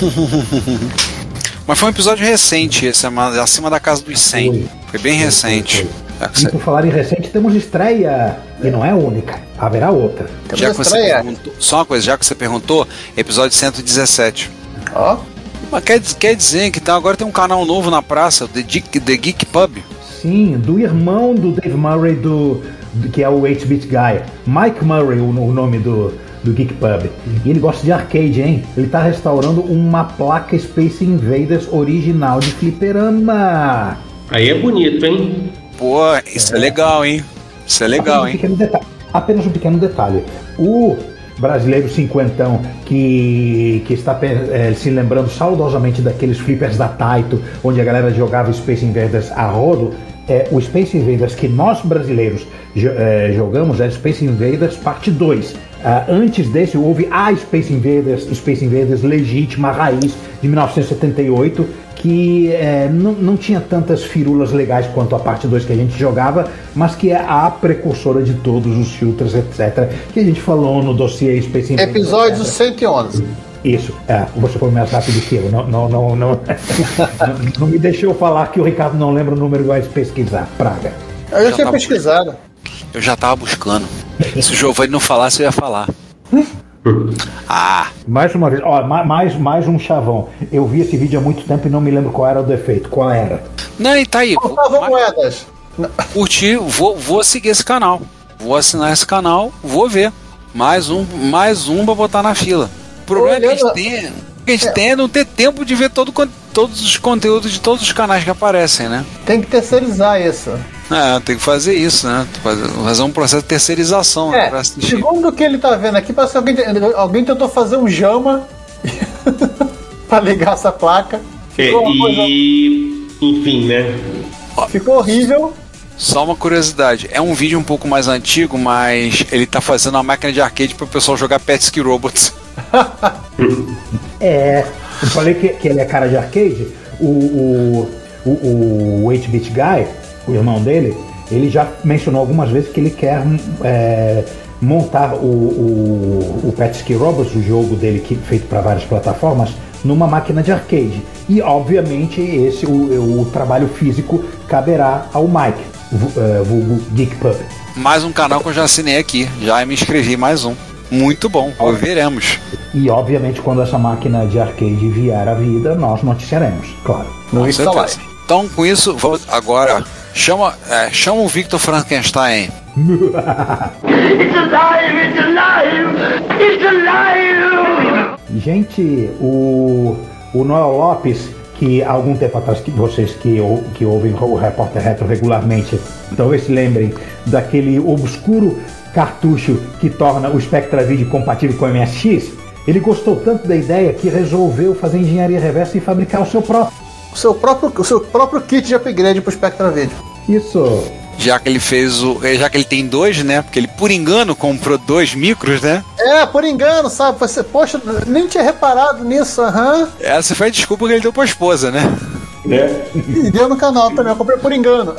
Mas foi um episódio recente, esse, acima da casa dos 100. Foi bem recente. E por falar em recente, temos estreia. E não é a única, haverá outra. Já que você perguntou, só uma coisa, já que você perguntou, episódio 117. Ó. Mas quer dizer que agora tem um canal novo na praça, The Geek Pub. Sim, do irmão do Dave Murray, que é o 8-Bit Guy. Mike Murray, o nome do Geek Pub. E ele gosta de arcade, hein? Ele tá restaurando uma placa Space Invaders original de fliperama. Aí é bonito, hein? Pô, isso é legal, hein? Isso é legal, hein? Apenas um pequeno detalhe. O brasileiro cinquentão que está se lembrando saudosamente daqueles flippers da Taito, onde a galera jogava Space Invaders a rodo, o Space Invaders que nós brasileiros jogamos é Space Invaders Parte 2. Antes desse houve a Space Invaders legítima, raiz, de 1978, que não tinha tantas firulas legais quanto a parte 2 que a gente jogava, mas que é a precursora de todos os shooters, etc., que a gente falou no dossiê Space Invaders. Episódio 111. Isso, você foi mais rápido que eu. Não me deixou falar que o Ricardo não lembra o número, vai pesquisar. Praga. Eu já tinha pesquisado. Eu já tava buscando. Se o Giovanni não falasse, eu ia falar. Mais uma vez, mais um chavão. Eu vi esse vídeo há muito tempo e não me lembro qual era o defeito. Qual era? Não, e tá aí. Moedas. Curti, vou seguir esse canal. Vou assinar esse canal, vou ver. Mais um pra botar na fila. O problema é que a gente tem é não ter tempo de ver todos os conteúdos de todos os canais que aparecem, né? Tem que terceirizar isso. Tem que fazer isso, né? Fazer um processo de terceirização, né, pra assistir. Segundo o que ele tá vendo aqui, parece que alguém tentou fazer um JAMA pra ligar essa placa. Enfim, né? Ficou horrível. Só uma curiosidade, é um vídeo um pouco mais antigo, mas ele tá fazendo uma máquina de arcade pro pessoal jogar Petsky Robots. Eu falei que ele é cara de arcade. O 8-Bit Guy, o irmão dele, ele já mencionou algumas vezes que ele quer montar o Petsky Robots, o jogo dele feito para várias plataformas, numa máquina de arcade. E obviamente o trabalho físico caberá ao Mike, vulgo Geek Pub. Mais um canal que eu já assinei aqui, já me inscrevi, mais um. Muito bom, veremos. E obviamente quando essa máquina de arcade vier à vida, nós noticiaremos, claro. Com certeza. Então com isso, agora chama o Victor Frankenstein. It's alive! It's alive! It's alive! Gente, o Noel Lopes, que há algum tempo atrás, vocês que ouvem o Repórter Retro regularmente, talvez se lembrem daquele obscuro cartucho que torna o SpectraVideo compatível com o MSX. Ele gostou tanto da ideia que resolveu fazer engenharia reversa e fabricar o seu próprio kit de upgrade pro SpectraVideo. Isso. Já que ele tem dois, né? Porque ele, por engano, comprou 2 micros, né? Por engano, sabe? Você, poxa, nem tinha reparado nisso, Essa foi a desculpa que ele deu pra esposa, né? E deu no canal também, eu comprei por engano,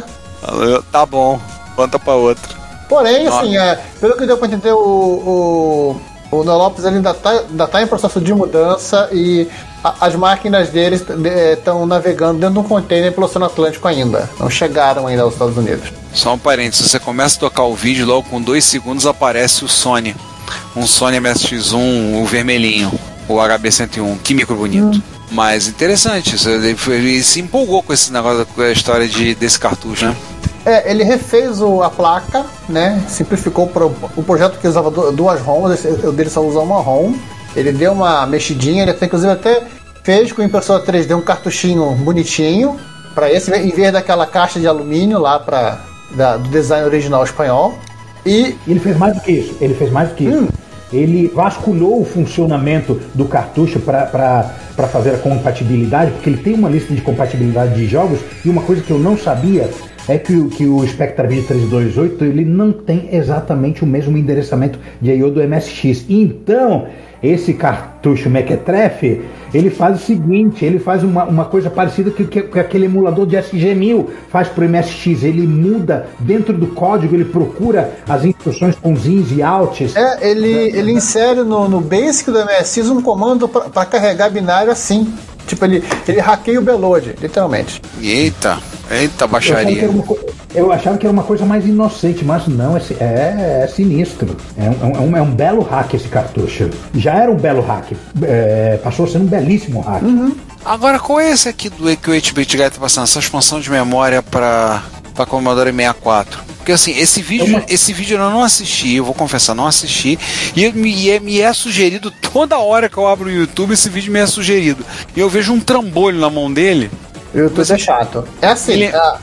Tá bom, conta pra outro. Porém, assim, pelo que deu pra entender, o Noel Lopes ainda tá em processo de mudança e as máquinas deles estão navegando dentro de um container pelo Oceano Atlântico ainda. Não chegaram ainda aos Estados Unidos. Só um parênteses, você começa a tocar o vídeo, logo com 2 segundos aparece o Sony. Um Sony MSX1, o vermelhinho, o HB101, que micro bonito. Mas interessante, ele se empolgou com esse negócio, com a história desse cartucho, né? Ele refez a placa, né? Simplificou o projeto que usava 2 ROMs, o dele só usa uma ROM. Ele deu uma mexidinha, ele inclusive até fez com impressora 3D um cartuchinho bonitinho, para esse, em vez daquela caixa de alumínio lá do design original espanhol. E ele fez mais do que isso. ele vasculhou o funcionamento do cartucho para fazer a compatibilidade, porque ele tem uma lista de compatibilidade de jogos, e uma coisa que eu não sabia é que o Spectravid 328 ele não tem exatamente o mesmo endereçamento de I/O do MSX. Então, esse cartucho Mequetrefe, ele faz o seguinte, ele faz uma coisa parecida que aquele emulador de SG-1000 faz para o MSX. Ele muda dentro do código, ele procura as instruções com ins e outs. Ele insere no Basic do MSX um comando para carregar binário assim. Tipo, ele hackeia o Belode, literalmente. Eita baixaria. Eu achava que era uma coisa mais inocente, mas não, é sinistro. É um belo hack esse cartucho. Já era um belo hack, passou a ser um belíssimo hack. Uhum. Agora, qual é esse aqui que o 8-Bit Guy tá passando? Essa expansão de memória para Commodore 64? Porque assim, esse vídeo eu não assisti, eu vou confessar, não assisti, e me é sugerido toda hora que eu abro o YouTube, esse vídeo me é sugerido. E eu vejo um trambolho na mão dele. O YouTube é chato. É assim,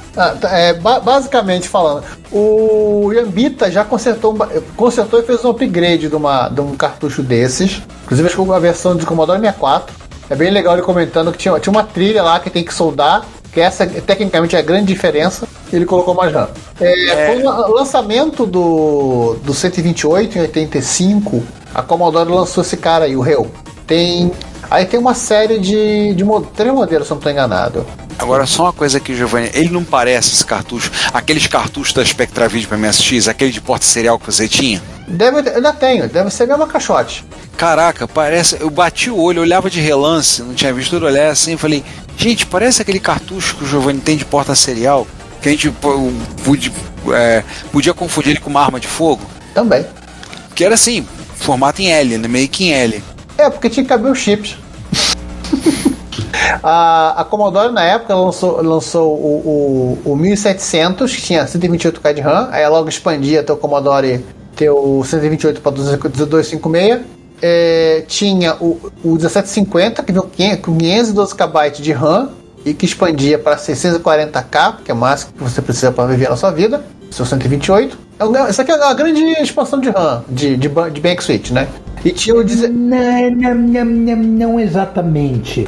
basicamente falando, o Yambita já consertou e fez um upgrade de um cartucho desses, inclusive com a versão de Commodore 64. É bem legal ele comentando que tinha uma trilha lá que tem que soldar, que essa tecnicamente é a grande diferença. Ele colocou mais RAM. Com o lançamento do 128 em 85, a Commodore lançou esse cara aí, o Reu. Aí tem uma série de 3 modelos, se eu não estou enganado. Agora, só uma coisa aqui, Giovanni, ele não parece esse cartucho, aqueles cartuchos da Spectravid para MSX, aquele de porta serial que você tinha? Ainda tenho, deve ser a mesma caixote. Caraca, parece, eu bati o olho, olhava de relance, não tinha visto, eu olhar assim e falei, gente, parece aquele cartucho que o Giovanni tem de porta serial, que a gente podia confundir ele com uma arma de fogo. Também. Que era assim, formato em L, meio que em L. Porque tinha que caber os chips. A Commodore na época lançou o 1700, que tinha 128K de RAM, aí ela logo expandia até o Commodore ter o 128 para 256. Tinha o 1750, que veio com 512KB de RAM e que expandia para 640K, que é o máximo que você precisa para viver na sua vida, seu 128. Isso aqui é uma grande expansão de RAM, de bank switch, né? E tinha o não exatamente.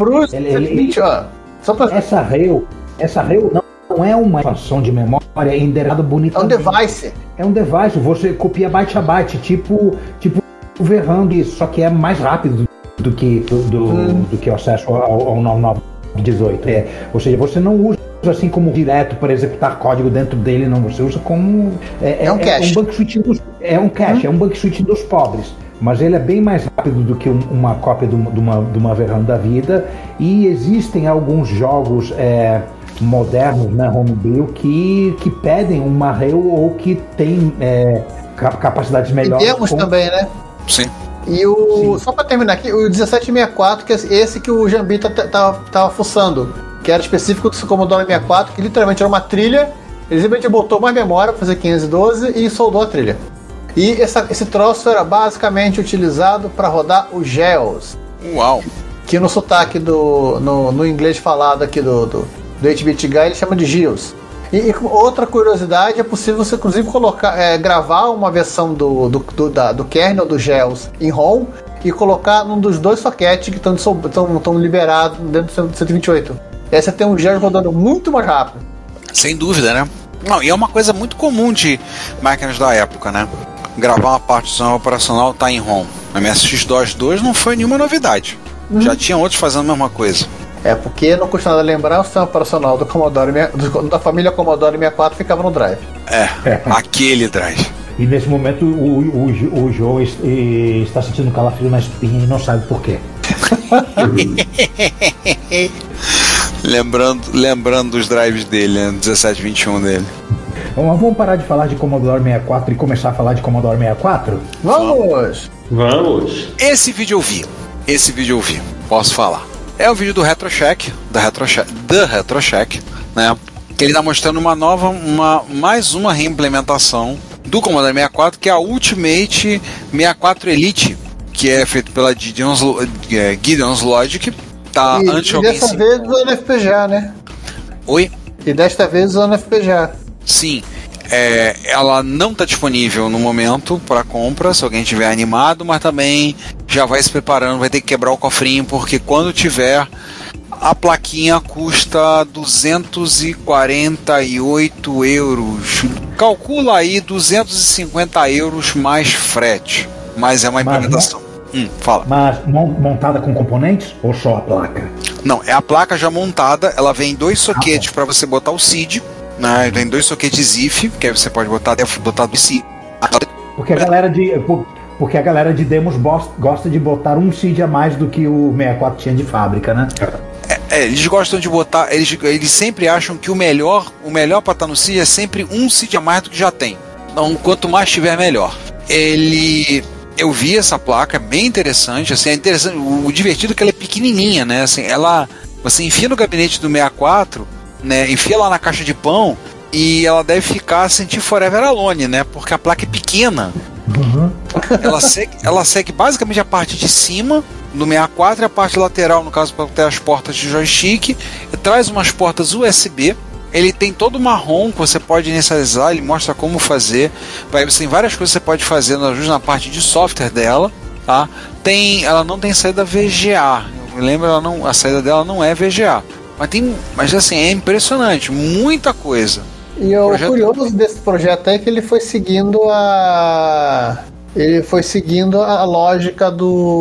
Essa rail não é uma expansão de memória endereçada bonitamente. É um device. É um device, você copia byte a byte, tipo o VRAM, só que é mais rápido do que o acesso ao 9918. Ou seja, você não usa assim como direto para executar código dentro dele, não, você usa como um cache. É um cache, é um bank switch dos pobres. Mas ele é bem mais rápido do que uma cópia de uma VRAM da vida, e existem alguns jogos modernos na Homebrew que pedem uma rail ou que tem capacidades melhores. E temos também, né? Sim. E só para terminar aqui, o 1764, que é esse que o Jambita tava fuçando, que era específico do Commodore 64, que literalmente era uma trilha, ele simplesmente botou mais memória para fazer 512 e soldou a trilha. E esse troço era basicamente utilizado para rodar o GEOS. Uau! Que no sotaque no inglês falado aqui do 8-Bit Guy, ele chama de GEOS. E outra curiosidade, é possível você inclusive gravar uma versão do kernel do GEOS em ROM e colocar num dos 2 sockets que estão liberados dentro do 128. E aí você tem um GEOS rodando muito mais rápido. Sem dúvida, né? Não, e é uma coisa muito comum de máquinas da época, né? Gravar uma partição operacional tá em ROM. A MSX-DOS 2 não foi nenhuma novidade. Já tinha outros fazendo a mesma coisa. Porque não custa nada lembrar, o sistema operacional da família Commodore 64 ficava no drive. Aquele drive. E nesse momento o Joe está sentindo calafrio na espinha e não sabe por quê. lembrando dos drives dele, né? 1721 dele. Vamos parar de falar de Commodore 64 e começar a falar de Commodore 64? Vamos! Esse vídeo eu vi. Posso falar. É o vídeo do RetroShack, da RetroShack, né? Que ele está mostrando mais uma reimplementação do Commodore 64, que é a Ultimate 64 Elite, que é feito pela Gideon's Logic. Tá, e dessa vez usando FPGA, né? Oi? E desta vez usando FPGA. Sim. ela não está disponível no momento para compra, se alguém tiver animado, mas também já vai se preparando, vai ter que quebrar o cofrinho, porque quando tiver, a plaquinha custa 248 euros. Calcula aí 250 euros mais frete, mas é uma implementação. Fala. Mas montada com componentes ou só a placa? Não, é a placa já montada, ela vem 2 soquetes para você botar o SID, né? Vem 2 soquetes IF, que aí você pode botar do SID. Porque a galera de demos gosta de botar um SID a mais do que o 64 tinha de fábrica, né? Eles gostam de botar, eles sempre acham que o melhor para estar no SID é sempre um SID a mais do que já tem. Então, quanto mais tiver, melhor. Eu vi essa placa, é bem interessante, assim, é interessante, o divertido é que ela é pequenininha, né, assim, você enfia no gabinete do 64, né, enfia lá na caixa de pão e ela deve ficar sentir forever alone, né, porque a placa é pequena. Ela segue basicamente a parte de cima do 64 e a parte lateral, no caso, para ter as portas de joystick, traz umas portas USB. Ele tem todo o marrom que você pode inicializar, ele mostra como fazer. Tem várias coisas que você pode fazer no ajuste na parte de software dela, tá? Ela não tem saída VGA. Eu me lembro, a saída dela não é VGA. Mas assim, é impressionante, muita coisa. E o curioso desse projeto é que ele foi seguindo a lógica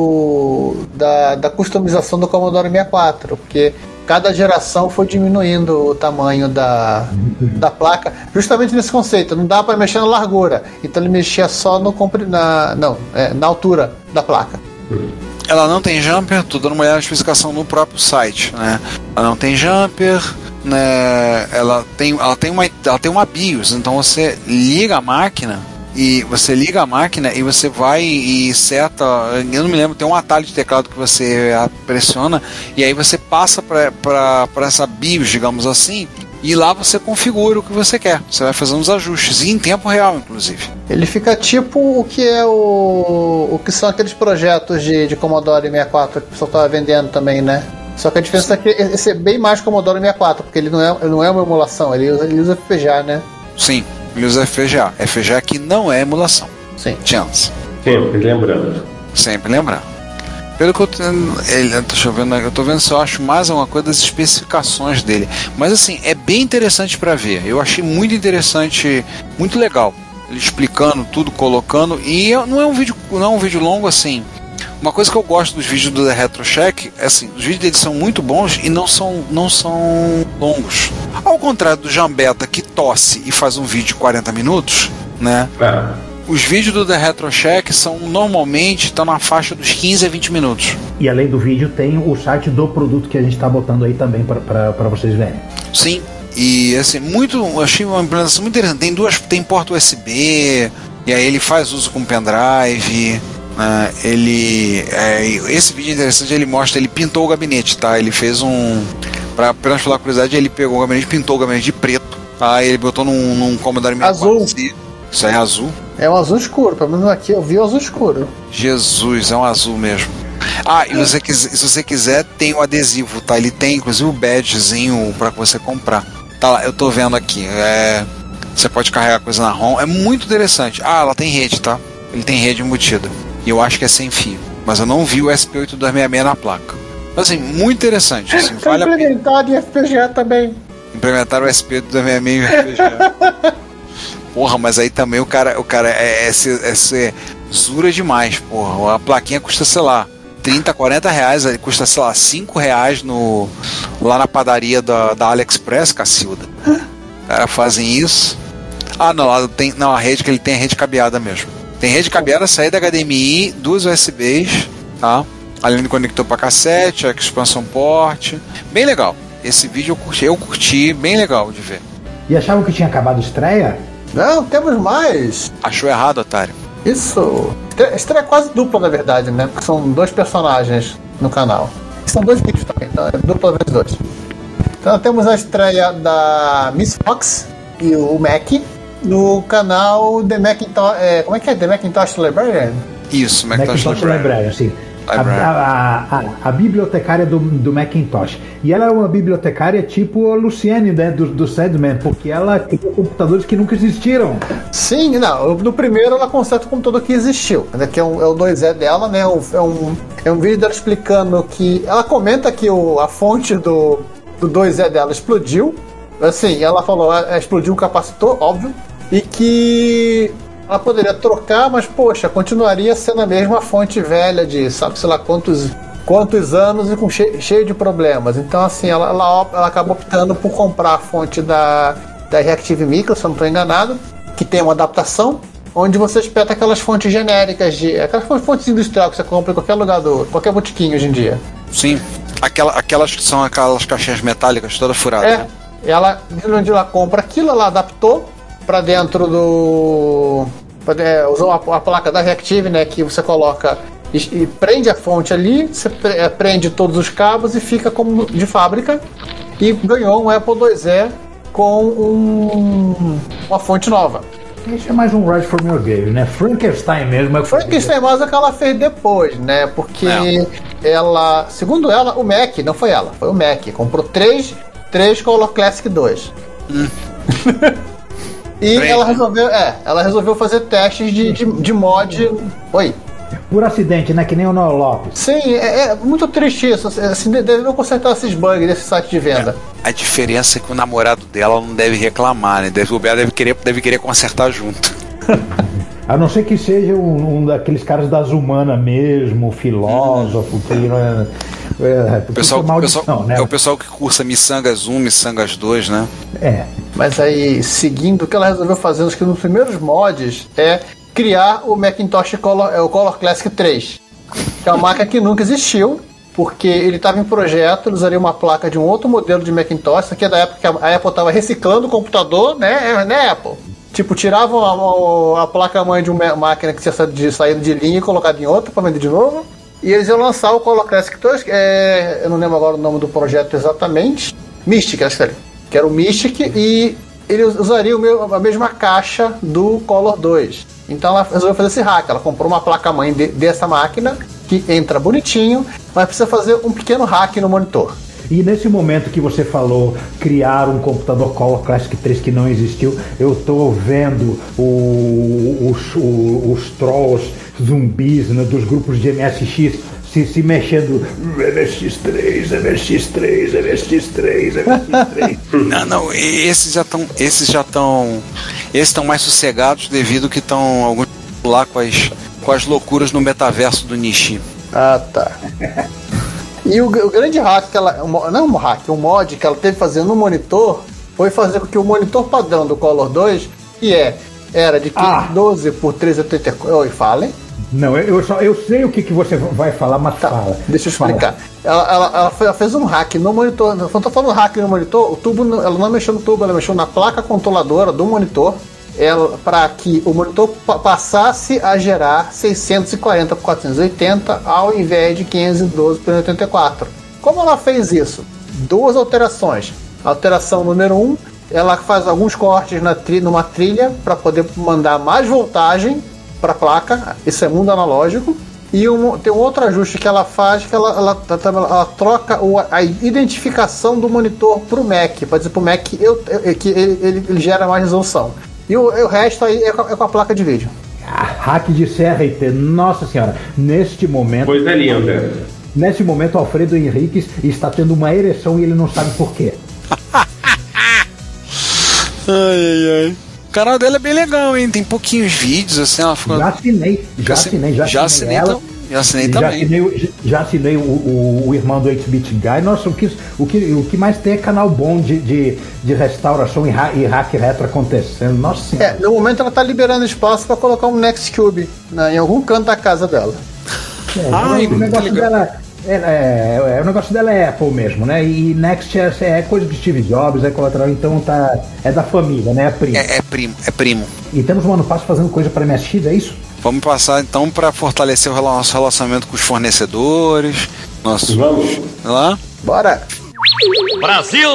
da customização do Commodore 64, porque cada geração foi diminuindo o tamanho da placa, justamente nesse conceito. Não dá para mexer na largura, então ele mexia só na altura da placa. Ela não tem jumper, tô dando uma olhada na especificação no próprio site, né? Ela não tem jumper, né? Ela tem uma BIOS, então você liga a máquina e você vai e seta, eu não me lembro, tem um atalho de teclado que você pressiona e aí você passa para essa BIOS, digamos assim, e lá você configura o que você quer. Você vai fazendo os ajustes, e em tempo real, inclusive. Ele fica tipo o que é o que são aqueles projetos de Commodore 64 que o pessoal estava vendendo também, né? Só que a diferença é que esse é bem mais Commodore 64, porque ele não é uma emulação, ele usa FPGA, né? Sim, ele usa FPGA. FPGA que não é emulação. Sim. Chance. Sempre lembrando. Sempre lembrando. Pelo que eu tô vendo se eu acho mais alguma coisa das especificações dele. Mas assim, é bem interessante para ver. Eu achei muito interessante, muito legal. Ele explicando tudo, colocando. E não é um vídeo longo assim. Uma coisa que eu gosto dos vídeos do The Retro Check é assim, os vídeos deles são muito bons e não são longos. Ao contrário do Jambeta, que tosse e faz um vídeo de 40 minutos, né? Os vídeos do The Retro Check normalmente estão na faixa dos 15 a 20 minutos. E além do vídeo tem o site do produto que a gente está botando aí também para vocês verem. Sim, e assim, eu achei uma implementação muito interessante. Tem porta USB, e aí ele faz uso com pendrive. Esse vídeo é interessante, ele pintou o gabinete, tá? Ele fez para apenas pela curiosidade, ele pegou o gabinete, pintou o gabinete de preto, tá? Ele botou num Commodore 64. Azul. Isso aí é azul? É um azul escuro, pelo menos aqui eu vi o azul escuro. Jesus, é um azul mesmo. E se você quiser, tem o adesivo, tá? Ele tem inclusive o badgezinho pra você comprar. Tá lá, eu tô vendo aqui. Você pode carregar coisa na ROM, é muito interessante. Ela tem rede, tá? Ele tem rede embutida. E eu acho que é sem fio. Mas eu não vi o SP8266 na placa. Assim, muito interessante. Assim, vale implementado em FPGA também. Implementaram o SP8266 em FPGA. Porra, mas aí também o cara é ser zura demais, porra. A plaquinha custa, sei lá, 30, 40 reais, ele custa, sei lá, 5 reais lá na padaria da AliExpress, cacilda. Os caras fazem isso. A rede que ele tem é rede cabeada mesmo. Tem rede cabeada, saída HDMI, 2 USBs, tá? Além do conector para cassete, expansão port. Bem legal. Esse vídeo eu curti, bem legal de ver. E achavam que tinha acabado a estreia? Não, temos mais. Achou errado, otário. Isso. A estreia é quase dupla, na verdade, né? Porque são 2 personagens no canal. E são 2 vídeos também, então é dupla vezes 2. Então temos a estreia da Miss Fox e o Mac no canal The Macintosh. Como é que é? The Macintosh Librarian? Isso, Macintosh Librarian, sim. a bibliotecária do Macintosh. E ela é uma bibliotecária tipo a Luciene, né, do Sandman, porque ela criou computadores que nunca existiram. Sim, não. No primeiro ela conserta o computador que existiu, né, que é o 2E dela, né? É um vídeo dela explicando que. Ela comenta que a fonte do 2E dela explodiu. Assim, ela falou, explodiu um capacitor, óbvio, e que ela poderia trocar, mas, poxa, continuaria sendo a mesma fonte velha de sabe, sei lá quantos anos e com cheio de problemas. Então, assim, ela acabou optando por comprar a fonte da Reactive Micro, se eu não estou enganado, que tem uma adaptação, onde você espeta aquelas fontes genéricas, aquelas fontes industriais que você compra em qualquer lugar, qualquer botiquinho hoje em dia. Sim, aquelas que são aquelas caixinhas metálicas toda furada. Né? Ela, onde ela compra aquilo, ela adaptou para dentro do... usou a placa da Reactive, né, que você coloca e prende a fonte ali, você prende todos os cabos e fica como de fábrica, e ganhou um Apple IIe com uma fonte nova. Isso é mais um Rise from Your Grave, né? Frankenstein mesmo. Frankenstein mais é que ela fez depois, né? Porque ela, segundo ela, o Mac, não foi ela, foi o Mac. Comprou três Color Classic 2. E ela resolveu fazer testes de mod. Oi. Por acidente, né? Que nem o Noel Lopes. Sim, é muito triste isso. Assim, deveriam consertar esses bugs desse site de venda. A diferença é que o namorado dela não deve reclamar, né? Deve querer consertar junto. A não ser que seja um daqueles caras das humanas mesmo, filósofo, que não é. É o pessoal que cursa Missangas 1, Missangas 2, né? Mas aí, seguindo, o que ela resolveu fazer, acho que nos primeiros mods, é criar o Macintosh o Color Classic 3, que é uma máquina que nunca existiu, porque ele estava em projeto, ele usaria uma placa de um outro modelo de Macintosh, isso aqui é da época que a Apple estava reciclando o computador, né, Apple? Tipo, tiravam a placa-mãe de uma máquina que tinha saído de linha e colocado em outra para vender de novo. E eles iam lançar o Color Classic 2, eu não lembro agora o nome do projeto exatamente. Mystic, acho que era o Mystic, e ele usaria a mesma caixa do Color 2. Então ela resolveu fazer esse hack. Ela comprou uma placa-mãe dessa máquina, que entra bonitinho, mas precisa fazer um pequeno hack no monitor. E nesse momento que você falou criar um computador Color Classic 3 que não existiu, eu tô vendo os trolls zumbis, né, dos grupos de MSX se mexendo. MSX3, MSX3, MSX3, MSX3. Não, esses estão mais sossegados devido que estão alguns lá com as loucuras no metaverso do Nishi. Ah, tá. E o grande hack que ela. Não um hack, um mod que ela teve que fazer no monitor foi fazer com que o monitor padrão do Color 2, que era de 512 por 384. Oi, falem. Não, eu sei o que você vai falar, mas fala. Deixa eu explicar. Ela fez um hack no monitor. Quando eu tô falando hack no monitor, o tubo, ela não mexeu no tubo, ela mexeu na placa controladora do monitor, para que o monitor passasse a gerar 640 por 480 ao invés de 512 por 84. Como ela fez isso? Duas alterações. Alteração número 1, ela faz alguns cortes numa trilha para poder mandar mais voltagem para a placa. Isso é mundo analógico. E tem um outro ajuste que ela faz, que ela troca a identificação do monitor para o Mac, para dizer para o Mac que ele gera mais resolução. E o resto aí é com a placa de vídeo. Hack de serra e nossa senhora, neste momento. Coisa linda. Nesse momento, Alfredo Henriques está tendo uma ereção e ele não sabe por quê. Ai. O canal dela é bem legal, hein? Tem pouquinhos vídeos, assim, ela ficou... Já assinei ela. Já assinei também. Já assinei o irmão do 8-Bit Guy. Nossa, o que mais tem é canal bom de restauração e hack retro acontecendo. Nossa senhora. No momento ela tá liberando espaço para colocar um Nextcube em algum canto da casa dela. O negócio dela... o negócio dela é Apple mesmo, né? E Next é coisa de Steve Jobs, é colateral, então é da família, né? É primo. É primo. E temos um ano passo fazendo coisa para MSX, é isso? Vamos passar então para fortalecer o nosso relacionamento com os fornecedores. Vamos lá? Bora! Brasil!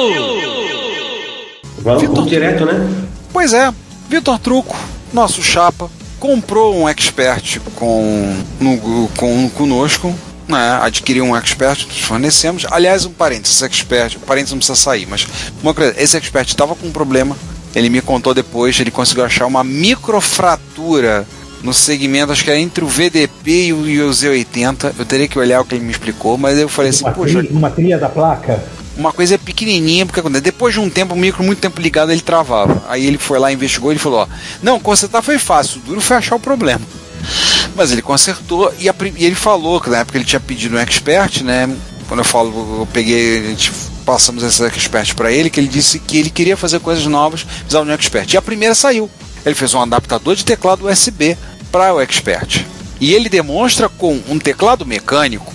Vamos direto, né? Pois é, Vitor Truco, nosso chapa, comprou um expert conosco adquirir um Expert, nós fornecemos. Aliás, um parênteses, o parênteses não precisa sair, mas uma coisa, esse Expert estava com um problema, ele me contou depois, ele conseguiu achar uma microfratura no segmento, acho que era entre o VDP e o Z80, eu teria que olhar o que ele me explicou, mas eu falei assim, poxa... Uma trilha da placa? Uma coisa pequenininha, porque depois de um tempo, o micro muito tempo ligado, ele travava. Aí ele foi lá, investigou, ele falou, não, consertar foi fácil, o duro foi achar o problema. Mas ele consertou, e ele falou que na época ele tinha pedido um Expert, né? Quando eu peguei, a gente passamos esse Expert para ele, que ele disse que ele queria fazer coisas novas, precisava de um Expert. E a primeira saiu. Ele fez um adaptador de teclado USB para o Expert. E ele demonstra com um teclado mecânico.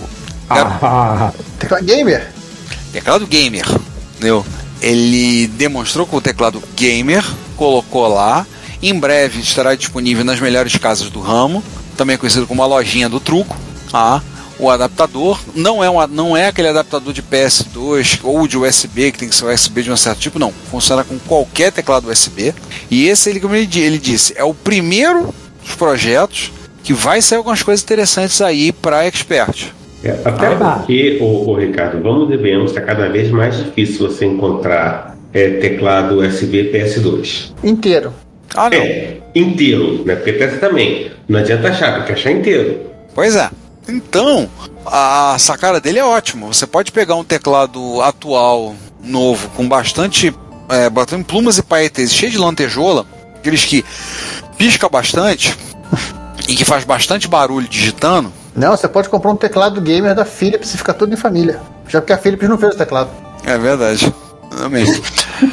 Teclado gamer? Teclado gamer, entendeu? Ele demonstrou com o teclado gamer, colocou lá. Em breve estará disponível nas melhores casas do ramo, também conhecido como a lojinha do truco. O adaptador não é aquele adaptador de PS2 ou de USB, que tem que ser USB de um certo tipo, não. Funciona com qualquer teclado USB. E esse, como ele disse, é o primeiro dos projetos que vai sair algumas coisas interessantes aí para Expert. Até porque, Ricardo, vamos e venhamos, está cada vez mais difícil você encontrar teclado USB PS2. Inteiro. Não. Inteiro, né? Porque PS também. Não adianta achar, tem que achar inteiro. Pois é. Então, a sacada dele é ótima. Você pode pegar um teclado atual, novo, com bastante plumas e paetes, cheio de lantejola, aqueles que pisca bastante e que faz bastante barulho digitando. Não, você pode comprar um teclado gamer da Philips e fica tudo em família. Já porque a Philips não fez o teclado. É verdade. Realmente.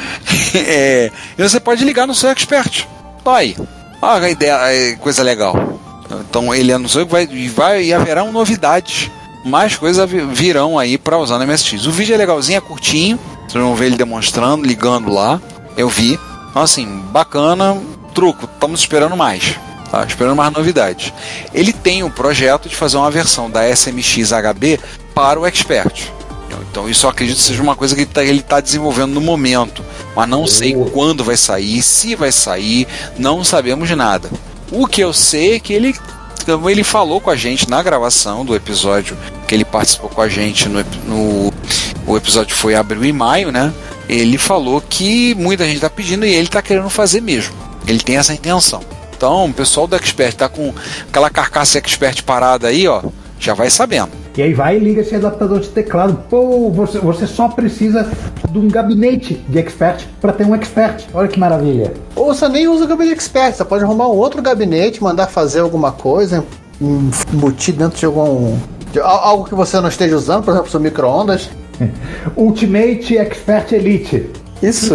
E você pode ligar no seu Expert. Aí. A ideia, coisa legal. Então ele anunciou que vai haverá novidades. Mais coisas virão aí para usar no MSX. O vídeo é legalzinho, é curtinho. Vocês vão ver ele demonstrando, ligando lá. Eu vi. Então assim, bacana. Truco, estamos esperando mais. Tá? Esperando mais novidades. Ele tem um projeto de fazer uma versão da SMX HB para o Expert. Então isso eu acredito que seja uma coisa que ele está desenvolvendo no momento. Mas não sei quando vai sair, se vai sair, não sabemos de nada. O que eu sei é que ele falou com a gente na gravação do episódio, que ele participou com a gente o episódio foi abril e maio, né? Ele falou que muita gente está pedindo e ele está querendo fazer mesmo. Ele tem essa intenção. Então o pessoal do Expert está com aquela carcaça Expert parada aí, ó, já vai sabendo. E aí vai e liga esse adaptador de teclado. Pô, você só precisa de um gabinete de Expert para ter um Expert. Olha que maravilha. Ou você nem usa o gabinete Expert, você pode arrumar um outro gabinete, mandar fazer alguma coisa, embutir dentro de algo que você não esteja usando, por exemplo, seu micro-ondas. Ultimate Expert Elite. Isso.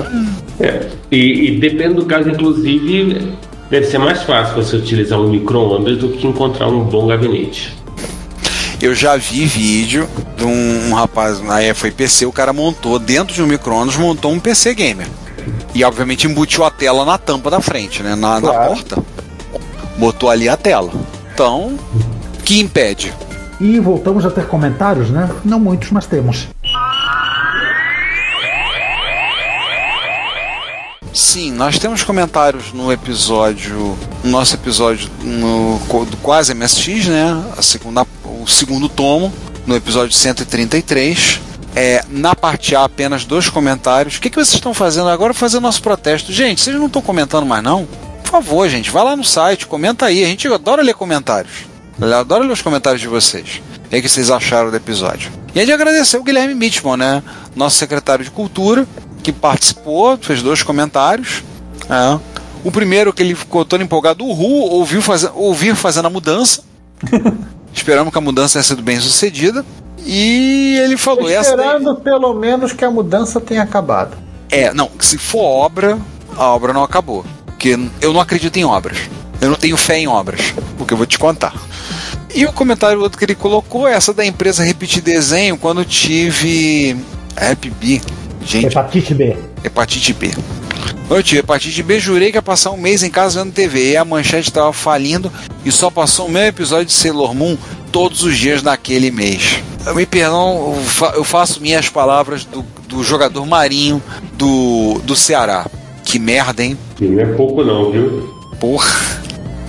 E depende do caso, inclusive, deve ser mais fácil você utilizar um micro-ondas do que encontrar um bom gabinete. Eu já vi vídeo de um rapaz, aí foi PC, o cara montou dentro de um micro-ondas, montou um PC gamer. E obviamente embutiu a tela na tampa da frente, né? Na porta. Botou ali a tela. Então, que impede? E voltamos a ter comentários, né? Não muitos, mas temos. Sim, nós temos comentários no nosso episódio do Quase MSX, né? O segundo tomo, no episódio 133. Na parte A, apenas 2 comentários. O que vocês estão fazendo agora? Fazer nosso protesto. Gente, vocês não estão comentando mais não? Por favor, gente, vai lá no site, comenta aí. A gente adora ler comentários. Adora ler os comentários de vocês. O que vocês acharam do episódio? E a gente agradeceu o Guilherme Mitchman, né? Nosso secretário de Cultura, que participou, fez 2 comentários. O primeiro, que ele ficou todo empolgado, ouvir fazendo a mudança. Esperamos que a mudança tenha sido bem sucedida. E ele falou... Esperando pelo menos que a mudança tenha acabado. Não, se for obra, a obra não acabou. Porque eu não acredito em obras. Eu não tenho fé em obras. Porque eu vou te contar. E o comentário outro que ele colocou, essa da empresa Repetir Desenho, quando tive... Gente, Hepatite B. Eu tive hepatite B, jurei que ia passar um mês em casa vendo TV. E a manchete estava falindo e só passou o mesmo episódio de Sailor Moon todos os dias naquele mês. Me perdão, eu faço minhas palavras do jogador Marinho do Ceará. Que merda, hein? Não é pouco não, viu? Porra.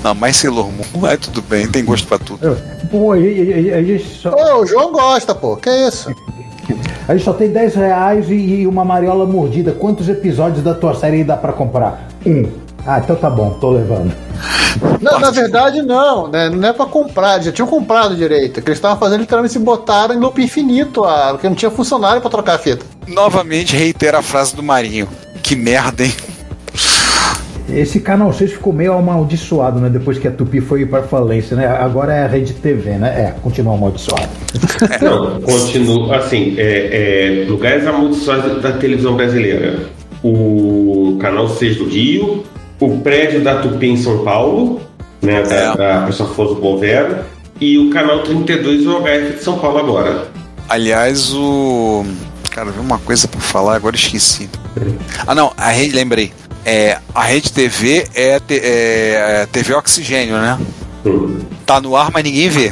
Não, mas Sailor Moon, tudo bem, tem gosto pra tudo. Pô, a gente só... Pô, o João gosta, pô. Que isso? A gente só tem R$10 e uma mariola mordida. Quantos episódios da tua série dá pra comprar? 1. Ah, então tá bom, tô levando. Não, na verdade, não, né? Não é pra comprar, já tinham comprado direito. O que eles estavam fazendo, literalmente, se botaram em loop infinito, porque não tinha funcionário pra trocar a fita. Novamente reitera a frase do Marinho. Que merda, hein? Esse Canal 6 ficou meio amaldiçoado, né? Depois que a Tupi foi pra falência, né? Agora é a Rede TV, né? Continua amaldiçoado. Não, continua, assim, lugares amaldiçoados da televisão brasileira. O Canal 6 do Rio, o prédio da Tupi em São Paulo, né? Da pessoa Afonso Bovero, e o Canal 32 o HF de São Paulo agora. Aliás, Cara, vi uma coisa pra falar, agora esqueci. Não, a rede, lembrei. A Rede TV é TV Oxigênio, né? Tá no ar, mas ninguém vê.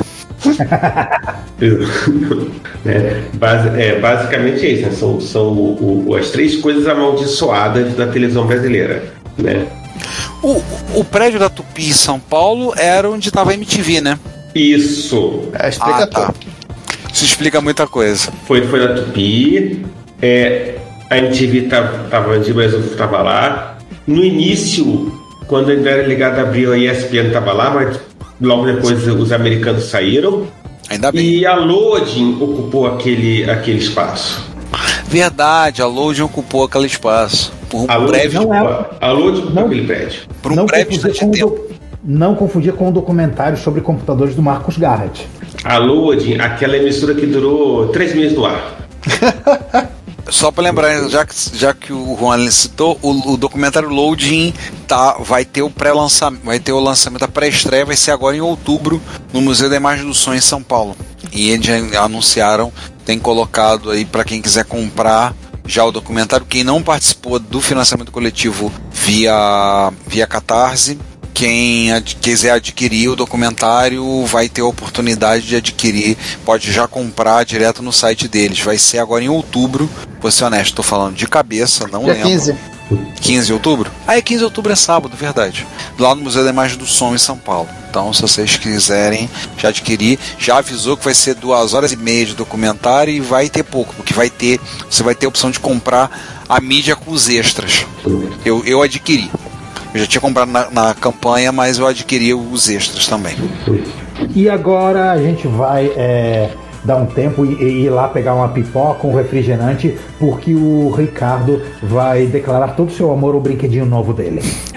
Basicamente é isso, né? São as 3 coisas amaldiçoadas da televisão brasileira, né? O prédio da Tupi em São Paulo era onde tava a MTV, né? Isso. Explica tudo. Tá. Isso explica muita coisa. Foi na Tupi. A MTV tava lá. No início, quando ainda era ligado a Abril, a ESPN tava lá, mas logo depois os americanos saíram. Ainda bem. E a Loading ocupou aquele espaço. Verdade, a Loading ocupou aquele espaço. Por um breve a Loading ocupou aquele prédio. Por um breve tempo. Não confundia com o documentário sobre computadores do Marcos Garrett. A Loading, aquela emissora que durou 3 meses no ar. Só para lembrar, já que o Juan citou, o documentário Loading vai ter o pré-lançamento, vai ter o lançamento, a pré-estreia vai ser agora em outubro no Museu da Imagem do Som em São Paulo. E eles já anunciaram, tem colocado aí para quem quiser comprar já o documentário. Quem não participou do financiamento coletivo via Catarse, quem quiser adquirir o documentário vai ter a oportunidade de adquirir, pode já comprar direto no site deles. Vai ser agora em outubro, vou ser honesto, estou falando de cabeça, não lembro. 15 de outubro? 15 de outubro é sábado, verdade. Lá no Museu da Imagem do Som em São Paulo. Então, se vocês quiserem já adquirir, já avisou que vai ser 2h30 de documentário e vai ter pouco, porque você vai ter a opção de comprar a mídia com os extras. Eu adquiri. Eu já tinha comprado na campanha, mas eu adquiri os extras também. E agora a gente vai dar um tempo e ir lá pegar uma pipoca, um refrigerante, porque o Ricardo vai declarar todo o seu amor ao brinquedinho novo dele.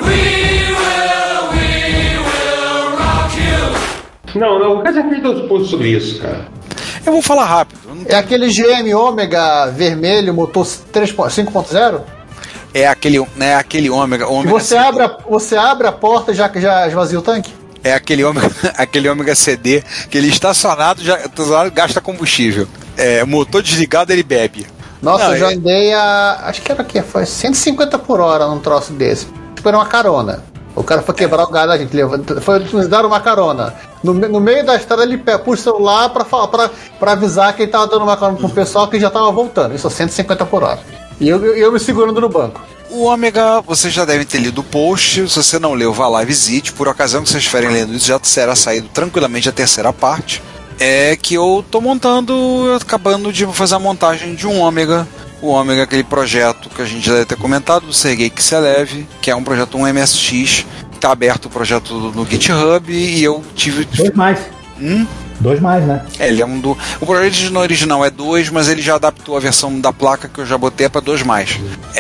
Não, o cara já fez 2 posts sobre isso, cara. Eu vou falar rápido. É aquele GM Ômega vermelho, motor 5.0? É aquele ômega. Você abre a porta e já esvazia o tanque? É aquele ômega CD que ele estacionado gasta combustível. Motor desligado, ele bebe. Nossa, eu já andei acho que era aqui, foi 150 por hora num troço desse. Esperou uma carona. O cara foi quebrar o galho, a gente foi nos dar uma carona. No meio da estrada ele puxa o celular pra avisar que ele tava dando uma carona pro pessoal que já tava voltando. Isso, 150 por hora. E eu me segurando no banco. O Ômega, vocês já devem ter lido o post. Se você não leu, vá lá e visite. Por ocasião que vocês estiverem lendo isso, já será saído tranquilamente a terceira parte. É que eu tô acabando de fazer a montagem de um Ômega. O Ômega, aquele projeto que a gente já deve ter comentado, do Sergei Kisselev, que é um projeto, um MSX. Tá aberto o projeto no GitHub e eu tive... 2 mais. 2 mais, né? Ele é o projeto original é 2, mas ele já adaptou a versão da placa que eu já botei para 2 mais.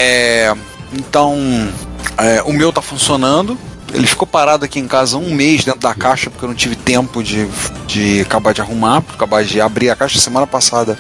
Então, o meu tá funcionando. Ele ficou parado aqui em casa 1 mês dentro da caixa, porque eu não tive tempo de acabar de arrumar, acabar de abrir a caixa semana passada.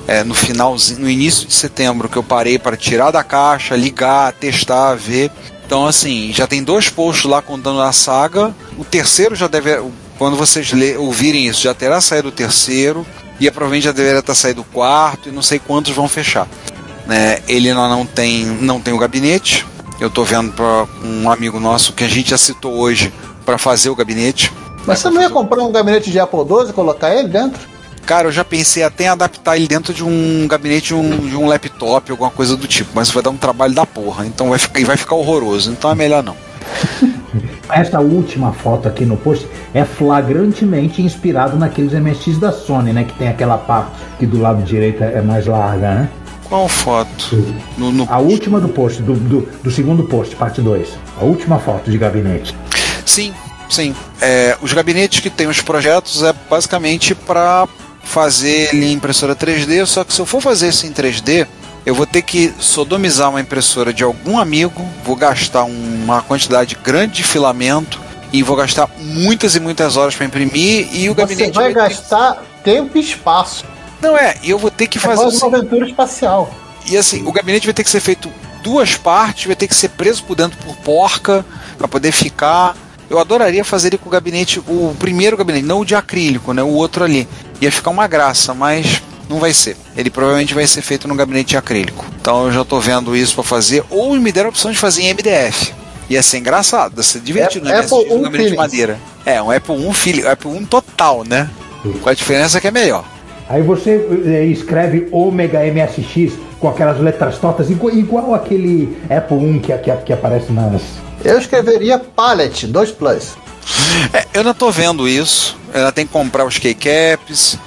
No início de setembro, que eu parei para tirar da caixa, ligar, testar, ver. Então, assim, já tem 2 posts lá contando a saga. O terceiro já deve... Quando vocês ouvirem isso, já terá saído o terceiro. E provavelmente já deveria ter saído o 4. E não sei quantos vão fechar. Ele não tem o gabinete. Eu estou vendo para um amigo nosso que a gente já citou hoje para fazer o gabinete. Mas você não ia comprar um gabinete de Apple II e colocar ele dentro? Cara, eu já pensei até em adaptar ele dentro de um gabinete de um laptop, alguma coisa do tipo, mas vai dar um trabalho da porra, então vai ficar horroroso, então é melhor não. Essa última foto aqui no post é flagrantemente inspirado naqueles MSX da Sony, né? Que tem aquela parte que do lado direito é mais larga, né? Qual foto? A última do post, do segundo post, parte 2. A última foto de gabinete. Sim. Os gabinetes que tem os projetos é basicamente para fazer ele em impressora 3D, só que se eu for fazer isso em 3D, eu vou ter que sodomizar uma impressora de algum amigo, vou gastar uma quantidade grande de filamento e vou gastar muitas e muitas horas para imprimir e o gabinete vai gastar tempo e espaço. Não e eu vou ter que fazer uma aventura espacial. E assim, o gabinete vai ter que ser feito 2 partes, vai ter que ser preso por dentro por porca para poder ficar. Eu adoraria fazer ele com o gabinete, o primeiro gabinete, não o de acrílico, né, o outro ali. Ia ficar uma graça, mas não vai ser. Ele provavelmente vai ser feito no gabinete de acrílico. Então eu já estou vendo isso para fazer, ou me deram a opção de fazer em MDF. Ia ser engraçado, ia ser divertido, né? Um gabinete de madeira. Um Apple I Apple I total, né? Com a diferença que é melhor. Aí você escreve Omega MSX com aquelas letras tortas, igual aquele Apple I que aparece nas... Eu escreveria Palette 2+. Eu não tô vendo isso. Eu ainda tenho que comprar os keycaps,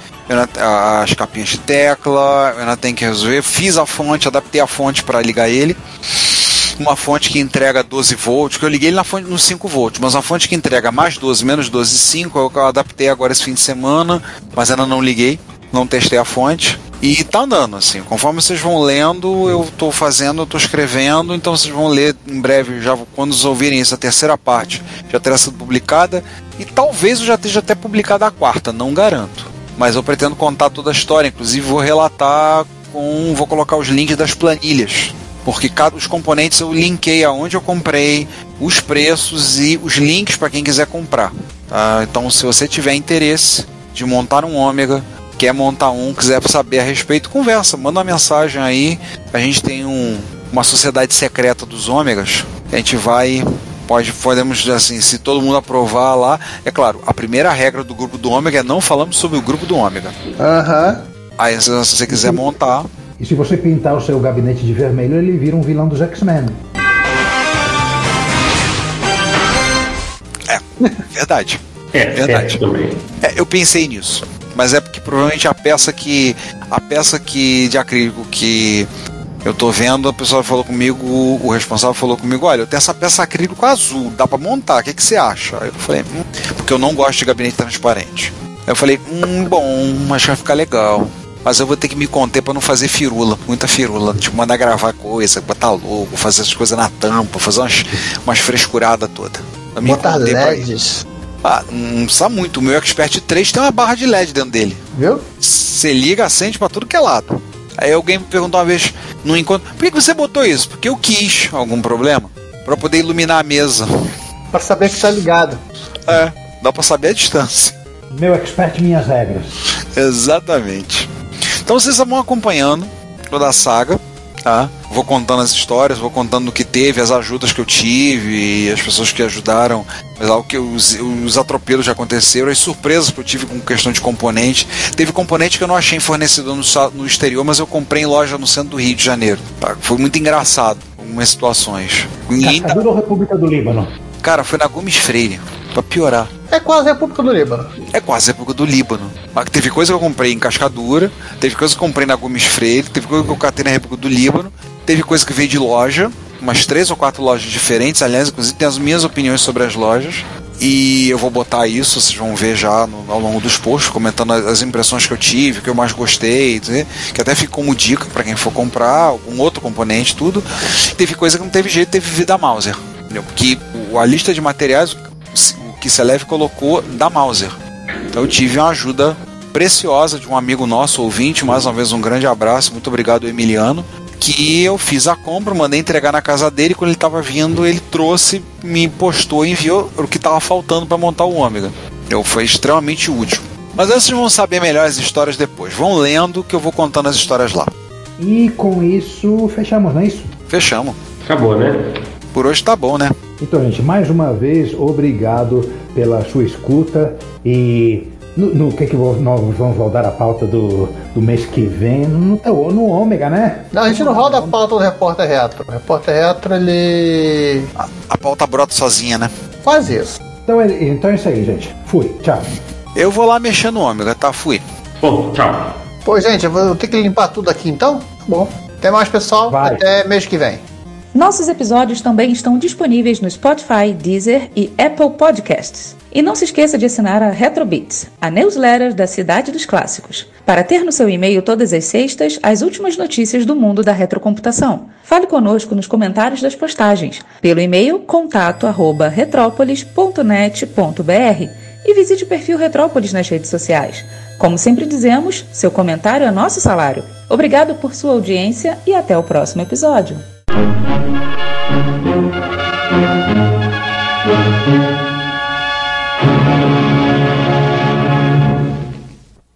as capinhas de tecla, eu ainda tenho que resolver. Fiz a fonte, adaptei a fonte para ligar ele. Uma fonte que entrega 12 volts, que eu liguei ele na fonte no 5 volts, mas uma fonte que entrega mais 12, menos 12 e 5, é o que eu adaptei agora esse fim de semana, mas ainda não liguei, não testei a fonte. E tá andando, assim, conforme vocês vão lendo, eu tô fazendo, eu tô escrevendo, então vocês vão ler em breve, já quando vocês ouvirem essa terceira parte, já terá sido publicada, e talvez eu já esteja até publicada a 4ª, não garanto. Mas eu pretendo contar toda a história, inclusive vou relatar vou colocar os links das planilhas, porque os componentes eu linkei aonde eu comprei, os preços e os links para quem quiser comprar. Tá? Então se você tiver interesse de montar um Ômega, quer montar quiser saber a respeito, conversa, manda uma mensagem aí. A gente tem uma sociedade secreta dos Ômegas. A gente podemos, assim, se todo mundo aprovar lá. É claro, a primeira regra do grupo do Ômega é não falamos sobre o grupo do Ômega. Aí se você quiser montar. E se você pintar o seu gabinete de vermelho, ele vira um vilão dos X-Men. Verdade. Verdade. Também. Eu pensei nisso. Mas é porque provavelmente a peça que de acrílico que eu tô vendo, a pessoa falou comigo, o responsável falou comigo, olha, eu tenho essa peça acrílico azul, dá pra montar, o que você acha? Aí eu falei, porque eu não gosto de gabinete transparente. Aí eu falei, bom, acho que vai ficar legal. Mas eu vou ter que me conter pra não fazer firula, muita firula, tipo, mandar gravar coisa, botar logo, fazer essas coisas na tampa, fazer umas frescuradas todas. Botar LEDs. Não precisa muito. O meu Expert 3 tem uma barra de LED dentro dele. Viu? Você liga, acende pra tudo que é lado. Aí alguém me perguntou uma vez no encontro, por que você botou isso? Porque eu quis. Algum problema? Pra poder iluminar a mesa. Pra saber que tá ligado. Dá pra saber a distância. Meu Expert, minhas regras. Exatamente. Então vocês vão acompanhando toda a saga, tá? Vou contando as histórias, vou contando o que teve, as ajudas que eu tive, as pessoas que ajudaram, os atropelos já aconteceram, as surpresas que eu tive com questão de componente. Teve componente que eu não achei em fornecedor no exterior, mas eu comprei em loja no centro do Rio de Janeiro. Tá? Foi muito engraçado, algumas situações. Cascadura ou República do Líbano? Cara, foi na Gomes Freire, pra piorar. É quase a República do Líbano. É quase a República do Líbano. Mas teve coisa que eu comprei em Cascadura, teve coisa que eu comprei na Gomes Freire, teve coisa que eu catei na República do Líbano, teve coisa que veio de loja, umas 3 ou 4 lojas diferentes, aliás, inclusive tem as minhas opiniões sobre as lojas. E eu vou botar isso, vocês vão ver já ao longo dos posts, comentando as impressões que eu tive, que eu mais gostei, que até ficou como dica para quem for comprar algum outro componente, tudo. Teve coisa que não teve jeito, teve vida Mauser. Entendeu? Porque a lista de materiais, o que Celeve colocou da Mauser. Então eu tive uma ajuda preciosa de um amigo nosso, ouvinte, mais uma vez um grande abraço, muito obrigado, Emiliano, que eu fiz a compra, mandei entregar na casa dele, quando ele estava vindo, ele trouxe, me postou e enviou o que estava faltando para montar o Ômega. Foi extremamente útil. Mas vocês vão saber melhor as histórias depois. Vão lendo que eu vou contando as histórias lá. E com isso, fechamos, não é isso? Fechamos. Acabou, né? Por hoje tá bom, né? Então, gente, mais uma vez, obrigado pela sua escuta. E no que nós vamos rodar a pauta do mês que vem? No Ômega, né? Não, a gente não roda a pauta do Repórter Retro. O Repórter Retro, ele... A pauta brota sozinha, né? Quase isso. Então é isso aí, gente. Fui. Tchau. Eu vou lá mexer no ômega, tá? Fui. Bom, tchau. Pô, gente, eu vou ter que limpar tudo aqui então? Bom, até mais, pessoal. Vai. Até mês que vem. Nossos episódios também estão disponíveis no Spotify, Deezer e Apple Podcasts. E não se esqueça de assinar a Retrobits, a newsletter da Cidade dos Clássicos, para ter no seu e-mail todas as sextas as últimas notícias do mundo da retrocomputação. Fale conosco nos comentários das postagens, pelo e-mail contato@retropolis.net.br e visite o perfil Retrópolis nas redes sociais. Como sempre dizemos, seu comentário é nosso salário. Obrigado por sua audiência e até o próximo episódio.